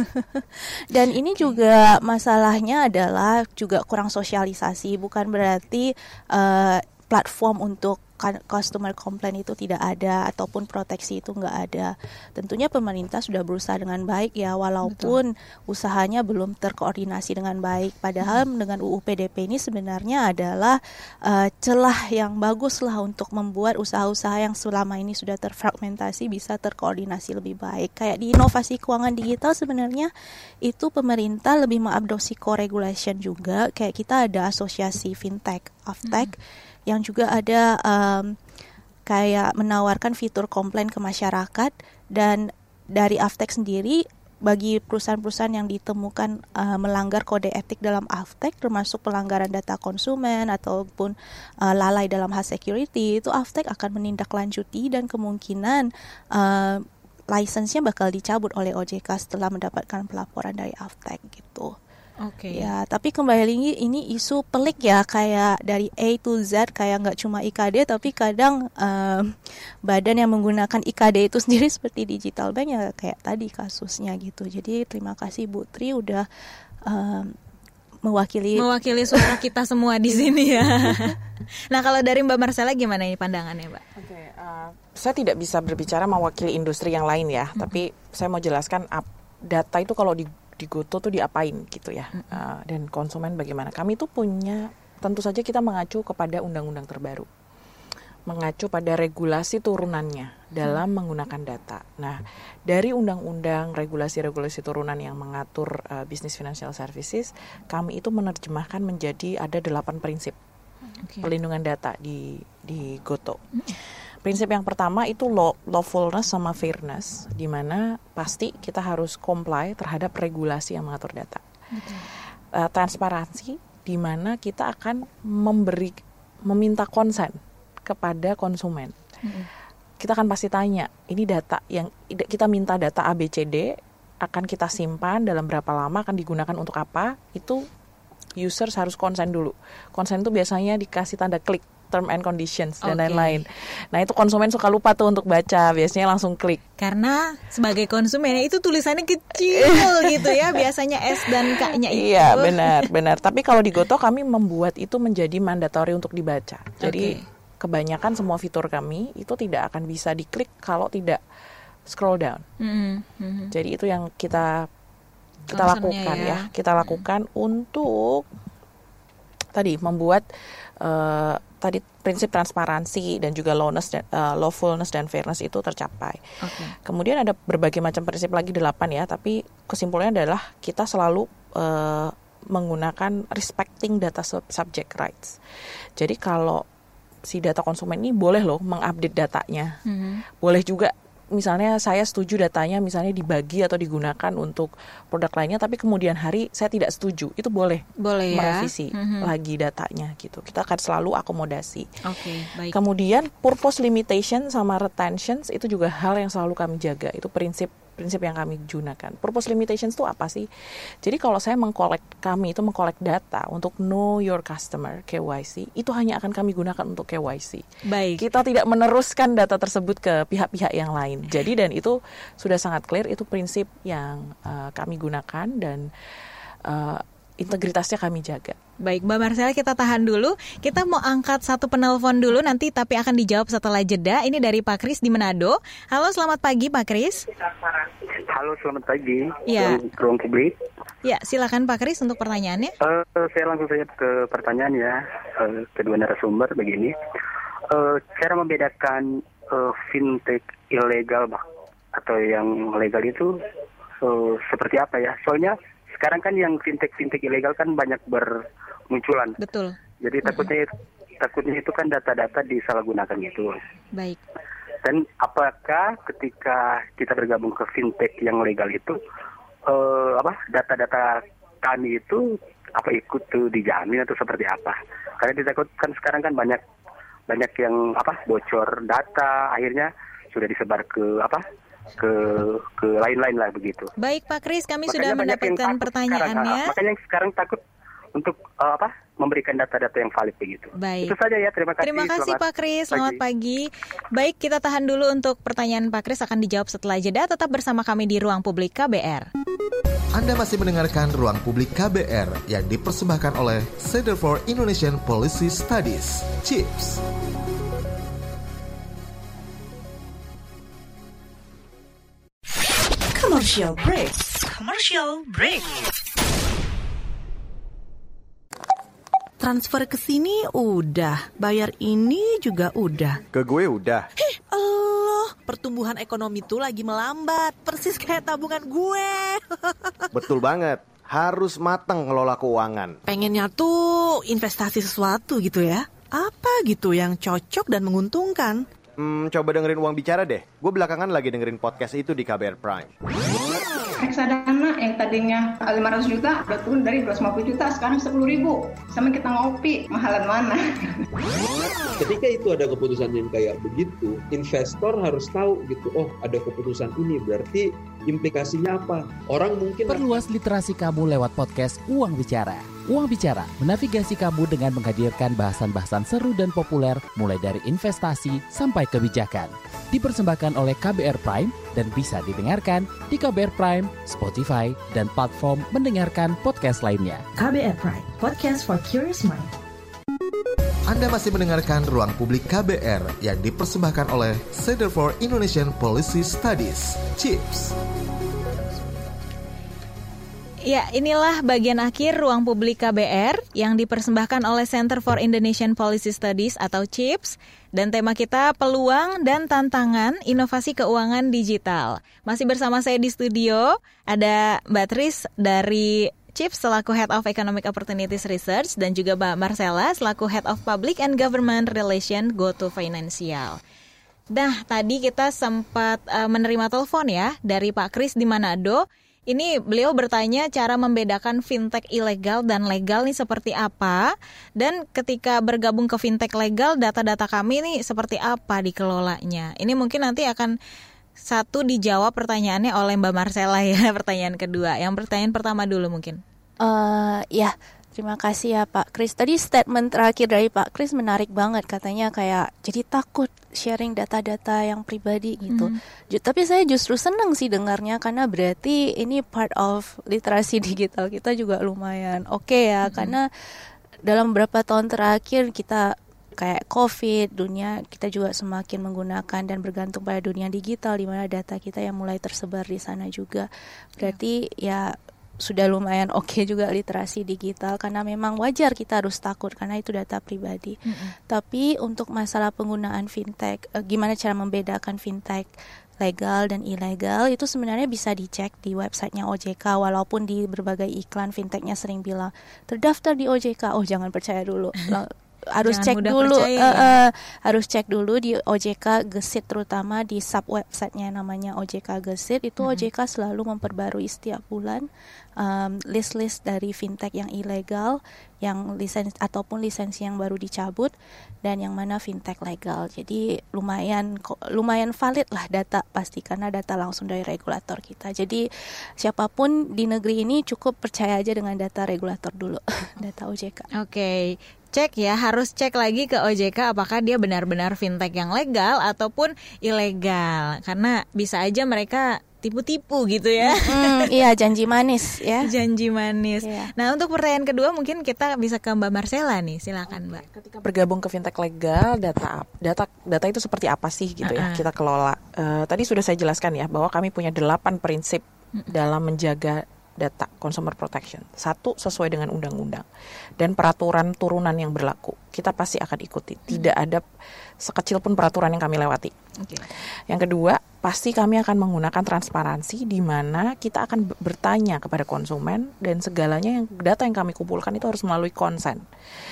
dan ini okay. juga masalahnya adalah juga kurang sosialisasi, bukan berarti uh, platform untuk customer complaint itu tidak ada ataupun proteksi itu nggak ada. Tentunya pemerintah sudah berusaha dengan baik ya, walaupun Betul. usahanya belum terkoordinasi dengan baik. Padahal hmm. dengan U U P D P ini sebenarnya adalah uh, celah yang bagus lah untuk membuat usaha-usaha yang selama ini sudah terfragmentasi bisa terkoordinasi lebih baik. Kayak di inovasi keuangan digital sebenarnya itu pemerintah lebih mengadopsi co-regulation juga. Kayak kita ada asosiasi fintech, Avtech, hmm. yang juga ada um, kayak menawarkan fitur komplain ke masyarakat. Dan dari Avtech sendiri, bagi perusahaan-perusahaan yang ditemukan uh, melanggar kode etik dalam Avtech, termasuk pelanggaran data konsumen ataupun uh, lalai dalam hal security, itu Avtech akan menindaklanjuti dan kemungkinan uh, lisensinya bakal dicabut oleh O J K setelah mendapatkan pelaporan dari Avtech gitu. Oke. Okay. Ya, tapi kembali lagi ini isu pelik ya, kayak dari A to Z, kayak nggak cuma I K D, tapi kadang um, badan yang menggunakan I K D itu sendiri seperti digital bank ya, kayak tadi kasusnya gitu. Jadi terima kasih Bu Tri udah um, mewakili mewakili suara kita semua di sini ya. Nah, kalau dari Mbak Marcella gimana ini pandangannya, Mbak? Oke, okay, uh, saya tidak bisa berbicara mewakili industri yang lain ya, mm-hmm. tapi saya mau jelaskan ap, data itu kalau di di Goto tuh diapain gitu ya, mm-hmm. uh, dan konsumen bagaimana. Kami tuh punya, tentu saja kita mengacu kepada undang-undang terbaru, mengacu pada regulasi turunannya dalam mm. menggunakan data. Nah, dari undang-undang regulasi-regulasi turunan yang mengatur uh, business financial services, kami itu menerjemahkan menjadi ada delapan prinsip okay. pelindungan data di di Goto. Mm. Prinsip yang pertama itu law, lawfulness sama fairness, di mana pasti kita harus comply terhadap regulasi yang mengatur data. Okay. Uh, transparansi, di mana kita akan memberi, meminta konsen kepada konsumen. Mm-hmm. Kita akan pasti tanya, ini data yang kita minta data A B C D, akan kita simpan dalam berapa lama, akan digunakan untuk apa, itu users harus konsen dulu. Konsen itu biasanya dikasih tanda klik, term and conditions dan okay. lain-lain. Nah, itu konsumen suka lupa tuh untuk baca, biasanya langsung klik. Karena sebagai konsumen itu tulisannya kecil gitu ya, biasanya S dan K-nya itu. Iya, benar, benar. Tapi kalau di Goto kami membuat itu menjadi mandatory untuk dibaca. Jadi okay. kebanyakan semua fitur kami itu tidak akan bisa diklik kalau tidak scroll down. Mm-hmm. Jadi itu yang kita kita Concernnya lakukan ya. ya. Kita lakukan mm-hmm. untuk tadi membuat uh, tadi prinsip transparansi dan juga lawfulness dan, uh, lawfulness dan fairness itu tercapai. Okay. Kemudian ada berbagai macam prinsip lagi delapan ya, tapi kesimpulannya adalah kita selalu uh, menggunakan respecting data subject rights. Jadi kalau si data konsumen ini boleh loh mengupdate datanya, mm-hmm. boleh juga misalnya saya setuju datanya misalnya dibagi atau digunakan untuk produk lainnya, tapi kemudian hari saya tidak setuju, itu boleh, boleh merevisi ya? mm-hmm. lagi datanya gitu. Kita akan selalu akomodasi. Okay, baik. Kemudian purpose limitation sama retentions itu juga hal yang selalu kami jaga. Itu prinsip prinsip yang kami gunakan. Purpose limitations itu apa sih? Jadi kalau saya mengkolek, kami itu mengkolek data untuk know your customer, K Y C, itu hanya akan kami gunakan untuk K Y C. Baik. Kita tidak meneruskan data tersebut ke pihak-pihak yang lain. Jadi dan itu sudah sangat clear, itu prinsip yang uh, kami gunakan dan uh, integritasnya kami jaga. Baik, Mbak Marcella, kita tahan dulu. Kita mau angkat satu penelpon dulu nanti, tapi akan dijawab setelah jeda. Ini dari Pak Kris di Manado. Halo, selamat pagi Pak Kris. Halo, selamat pagi. Ya. Ruang publik. Ya, silakan Pak Kris untuk pertanyaannya. Uh, saya langsung saja ke pertanyaan ya, uh, kedua narasumber begini. Uh, cara membedakan uh, fintech ilegal atau yang legal itu uh, seperti apa ya? Soalnya sekarang kan yang fintech-fintech ilegal kan banyak bermunculan. Betul. Jadi takutnya mm-hmm. takutnya itu kan data-data disalahgunakan gitu. Baik. Dan apakah ketika kita bergabung ke fintech yang legal itu, uh, apa data-data kami itu apa ikut tuh dijamin atau seperti apa? Karena ditakutkan sekarang kan banyak banyak yang apa bocor data, akhirnya sudah disebar ke apa? ke ke lain-lain lah begitu. Baik Pak Kris, kami makanya sudah mendapatkan pertanyaannya. Sekarang, makanya yang sekarang takut untuk uh, apa memberikan data-data yang valid begitu. Baik. Itu saja ya, terima kasih. Terima kasih Pak Kris, selamat pagi. pagi. Baik, kita tahan dulu untuk pertanyaan Pak Kris, akan dijawab setelah jeda. Tetap bersama kami di Ruang Publik K B R. Anda masih mendengarkan Ruang Publik K B R yang dipersembahkan oleh Center for Indonesian Policy Studies, CIPS. Commercial break. Commercial break. Transfer ke sini udah, bayar ini juga udah. Ke gue udah. Heh, Allah, pertumbuhan ekonomi tuh lagi melambat, persis kayak tabungan gue. Betul banget, harus matang ngelola keuangan. Pengennya tuh investasi sesuatu gitu ya. Apa gitu yang cocok dan menguntungkan? Hmm, coba dengerin Uang Bicara deh. Gue belakangan lagi dengerin podcast itu di K B R Prime. Reksadana yang tadinya lima ratus juta udah turun dari dua ratus lima puluh juta, sekarang sepuluh ribu. Sama kita ngopi, mahalan mana? Ketika itu ada keputusan yang kayak begitu, investor harus tahu gitu, oh ada keputusan ini, berarti implikasinya apa? Orang mungkin... Perluas literasi kamu lewat podcast Uang Bicara. Uang Bicara menavigasi kamu dengan menghadirkan bahasan-bahasan seru dan populer mulai dari investasi sampai kebijakan. Dipersembahkan oleh K B R Prime dan bisa didengarkan di K B R Prime, Spotify, dan platform mendengarkan podcast lainnya. K B R Prime, podcast for curious mind. Anda masih mendengarkan Ruang Publik K B R yang dipersembahkan oleh Center for Indonesian Policy Studies, CIPS. Ya, inilah bagian akhir Ruang Publik K B R yang dipersembahkan oleh Center for Indonesian Policy Studies atau CIPS. Dan tema kita peluang dan tantangan inovasi keuangan digital. Masih bersama saya di studio, ada Mbak Tris dari CIPS selaku Head of Economic Opportunities Research dan juga Mbak Marcella selaku Head of Public and Government Relation GoTo Financial. Nah, tadi kita sempat uh, menerima telepon ya dari Pak Kris di Manado. Ini beliau bertanya cara membedakan fintech ilegal dan legal nih seperti apa. Dan ketika bergabung ke fintech legal, data-data kami nih seperti apa dikelolanya. Ini mungkin nanti akan satu dijawab pertanyaannya oleh Mbak Marcella ya, pertanyaan kedua. Yang pertanyaan pertama dulu mungkin. Uh, ya, terima kasih ya Pak Kris. Tadi statement terakhir dari Pak Kris menarik banget. Katanya kayak jadi takut sharing data-data yang pribadi gitu. Mm-hmm. Tapi saya justru senang sih dengarnya karena berarti ini part of literasi digital kita juga lumayan oke okay ya. Mm-hmm. Karena dalam beberapa tahun terakhir kita kayak COVID, dunia kita juga semakin menggunakan dan bergantung pada dunia digital di mana data kita yang mulai tersebar di sana juga. Berarti yeah. ya sudah lumayan oke okay juga literasi digital, karena memang wajar kita harus takut karena itu data pribadi. Mm-hmm. Tapi untuk masalah penggunaan fintech, uh, gimana cara membedakan fintech legal dan ilegal, itu sebenarnya bisa dicek di websitenya O J K. Walaupun di berbagai iklan fintechnya sering bilang terdaftar di O J K, oh jangan percaya dulu. harus Jangan cek dulu percaya, uh, ya. uh, harus cek dulu di O J K Gesit, terutama di sub websitenya namanya O J K Gesit. Itu mm-hmm. O J K selalu memperbarui setiap bulan um, list-list dari fintech yang ilegal, yang lisensi ataupun lisensi yang baru dicabut, dan yang mana fintech legal. Jadi lumayan lumayan valid lah data pasti, karena data langsung dari regulator kita. Jadi siapapun di negeri ini cukup percaya aja dengan data regulator dulu, data O J K. Oke. Okay. Cek ya, harus cek lagi ke O J K apakah dia benar-benar fintech yang legal ataupun ilegal. Karena bisa aja mereka tipu-tipu gitu ya. Mm, iya, janji manis ya. Janji manis. Iya. Nah, untuk pertanyaan kedua mungkin kita bisa ke Mbak Marcella nih. Silakan, Mbak. Ketika bergabung ke fintech legal, data data data itu seperti apa sih gitu uh-uh. ya kita kelola. Uh, tadi sudah saya jelaskan ya bahwa kami punya delapan prinsip uh-uh. dalam menjaga data consumer protection. Satu, sesuai dengan undang-undang dan peraturan turunan yang berlaku. Kita pasti akan ikuti. Tidak ada sekecil pun peraturan yang kami lewati. Okay. Yang kedua, pasti kami akan menggunakan transparansi, di mana kita akan bertanya kepada konsumen, dan segalanya yang data yang kami kumpulkan itu harus melalui konsen.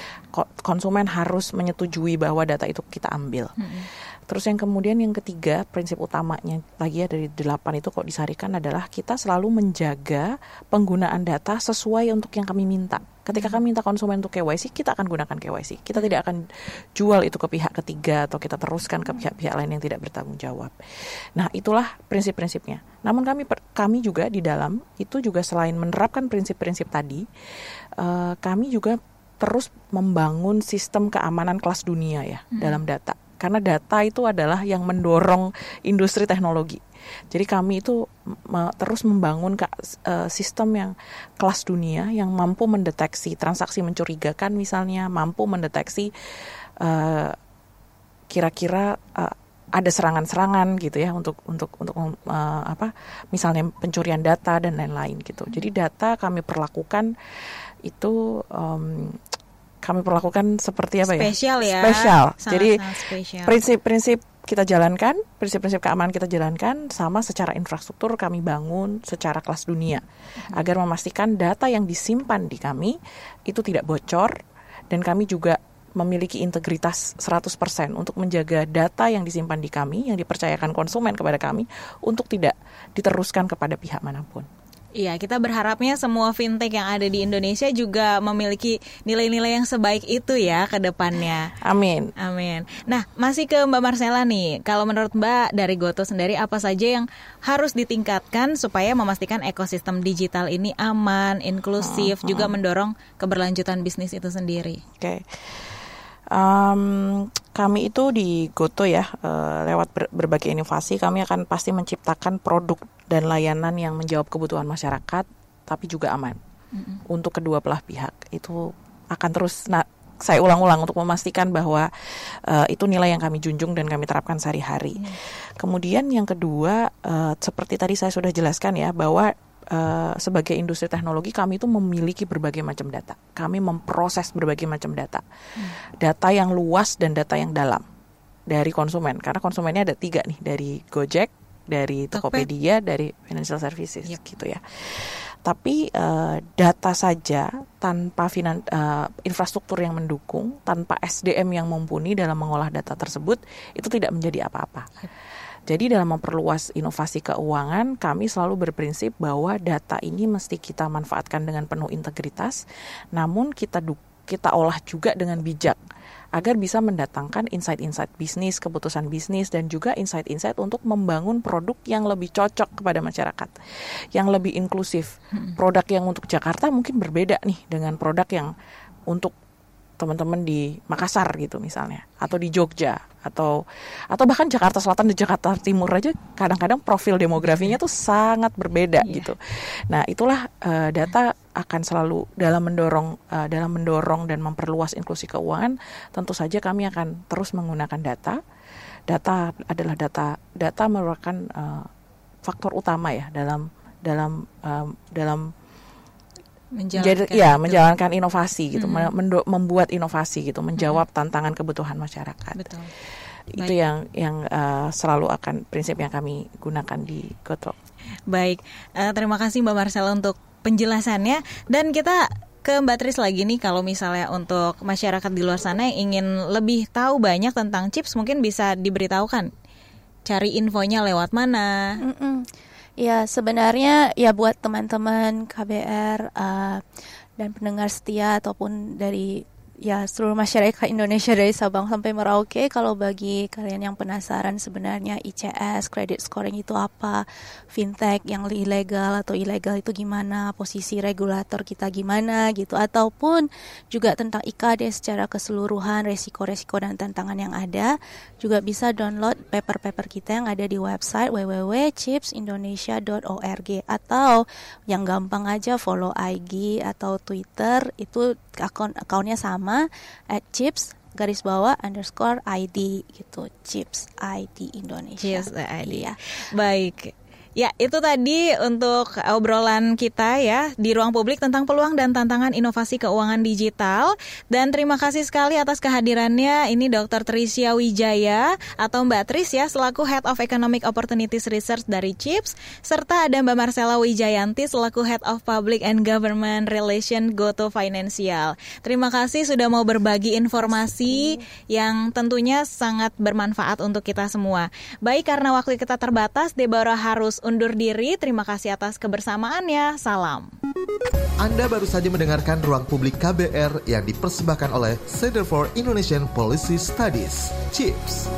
Konsumen harus menyetujui bahwa data itu kita ambil. Mm-hmm. Terus yang kemudian yang ketiga, prinsip utamanya lagi ya dari delapan itu kok disarikan adalah kita selalu menjaga penggunaan data sesuai untuk yang kami minta. Ketika kami minta konsumen untuk K Y C, kita akan gunakan K Y C. Kita tidak akan jual itu ke pihak ketiga atau kita teruskan ke pihak-pihak lain yang tidak bertanggung jawab. Nah, itulah prinsip-prinsipnya. Namun kami kami juga di dalam itu juga selain menerapkan prinsip-prinsip tadi, uh, kami juga terus membangun sistem keamanan kelas dunia ya hmm. dalam data. Karena data itu adalah yang mendorong industri teknologi. Jadi kami itu me- terus membangun ke, uh, sistem yang kelas dunia yang mampu mendeteksi transaksi mencurigakan misalnya, mampu mendeteksi uh, kira-kira uh, ada serangan-serangan gitu ya untuk untuk untuk uh, apa misalnya pencurian data dan lain-lain gitu. Jadi data kami perlakukan itu um, kami perlakukan seperti apa ya? Spesial ya. Spesial. Sangat, Jadi sangat spesial. prinsip-prinsip kita jalankan, prinsip-prinsip keamanan kita jalankan, sama secara infrastruktur kami bangun secara kelas dunia hmm. agar memastikan data yang disimpan di kami itu tidak bocor, dan kami juga memiliki integritas seratus persen untuk menjaga data yang disimpan di kami, yang dipercayakan konsumen kepada kami untuk tidak diteruskan kepada pihak manapun. Iya, kita berharapnya semua fintech yang ada di Indonesia juga memiliki nilai-nilai yang sebaik itu ya ke depannya. Amin. Amin. Nah, masih ke Mbak Marcella nih. Kalau menurut Mbak dari Goto sendiri, apa saja yang harus ditingkatkan supaya memastikan ekosistem digital ini aman, inklusif, uh-huh. juga mendorong keberlanjutan bisnis itu sendiri? Oke. Okay. Um, kami itu di Goto ya, uh, lewat ber- berbagai inovasi kami akan pasti menciptakan produk dan layanan yang menjawab kebutuhan masyarakat, tapi juga aman mm-hmm. untuk kedua belah pihak. Itu akan terus, nah, saya ulang-ulang untuk memastikan bahwa uh, itu nilai yang kami junjung dan kami terapkan sehari-hari. Mm. Kemudian yang kedua, uh, seperti tadi saya sudah jelaskan ya, bahwa Uh, sebagai industri teknologi kami itu memiliki berbagai macam data. Kami memproses berbagai macam data. Hmm. Data yang luas dan data yang dalam dari konsumen. Karena konsumennya ada tiga nih, dari Gojek, dari Tokopedia, dari Financial Services yep. gitu ya. Tapi uh, data saja tanpa finan, uh, infrastruktur yang mendukung, tanpa S D M yang mumpuni dalam mengolah data tersebut, itu tidak menjadi apa-apa. Yep. Jadi dalam memperluas inovasi keuangan, kami selalu berprinsip bahwa data ini mesti kita manfaatkan dengan penuh integritas, namun kita du- kita olah juga dengan bijak, agar bisa mendatangkan insight-insight bisnis, keputusan bisnis, dan juga insight-insight untuk membangun produk yang lebih cocok kepada masyarakat, yang lebih inklusif. Hmm. Produk yang untuk Jakarta mungkin berbeda nih dengan produk yang untuk teman-teman di Makassar gitu misalnya, atau di Jogja, atau atau bahkan Jakarta Selatan dan Jakarta Timur aja kadang-kadang profil demografinya tuh sangat berbeda yeah. gitu. Nah, itulah uh, data akan selalu dalam mendorong uh, dalam mendorong dan memperluas inklusi keuangan. Tentu saja kami akan terus menggunakan data. Data adalah data data merupakan uh, faktor utama ya dalam dalam uh, dalam menjalankan Jadi, ya itu. menjalankan inovasi gitu, Mm-hmm. mendo- membuat inovasi gitu, menjawab mm-hmm. tantangan kebutuhan masyarakat. Betul. Itu Baik. yang yang uh, selalu akan prinsip yang kami gunakan di Goto. Baik, uh, terima kasih Mbak Marcella untuk penjelasannya, dan kita ke Mbak Tris lagi nih, kalau misalnya untuk masyarakat di luar sana yang ingin lebih tahu banyak tentang CHIPS, mungkin bisa diberitahukan cari infonya lewat mana? Mm-mm. Ya sebenarnya ya buat teman-teman K B R uh, dan pendengar setia ataupun dari ya seluruh masyarakat Indonesia dari Sabang sampai Merauke, kalau bagi kalian yang penasaran sebenarnya I C S, credit scoring itu apa, fintech yang ilegal atau ilegal itu gimana, posisi regulator kita gimana gitu, ataupun juga tentang I K D secara keseluruhan, resiko-resiko dan tantangan yang ada, juga bisa download paper-paper kita yang ada di website w w w titik chips indonesia titik org, atau yang gampang aja follow I G atau Twitter, itu akun akunnya sama at chips garis bawah underscore I D gitu, Chips I D Indonesia. Chips I D. Iya. Baik. Ya, itu tadi untuk obrolan kita ya di Ruang Publik tentang peluang dan tantangan inovasi keuangan digital. Dan terima kasih sekali atas kehadirannya. Ini Doktor Trisya Wijaya atau Mbak Tris ya, selaku Head of Economic Opportunities Research dari CHIPS, serta ada Mbak Marcella Wijayanti selaku Head of Public and Government Relation Goto Financial. Terima kasih sudah mau berbagi informasi yang tentunya sangat bermanfaat untuk kita semua. Baik, karena waktu kita terbatas, Deborah harus undur diri. Terima kasih atas kebersamaannya. Salam. Anda baru saja mendengarkan Ruang Publik K B R yang dipersembahkan oleh Center for Indonesian Policy Studies, CHIPS.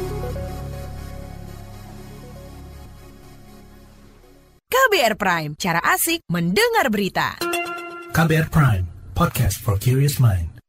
K B R Prime, cara asik mendengar berita. K B R Prime, podcast for curious mind.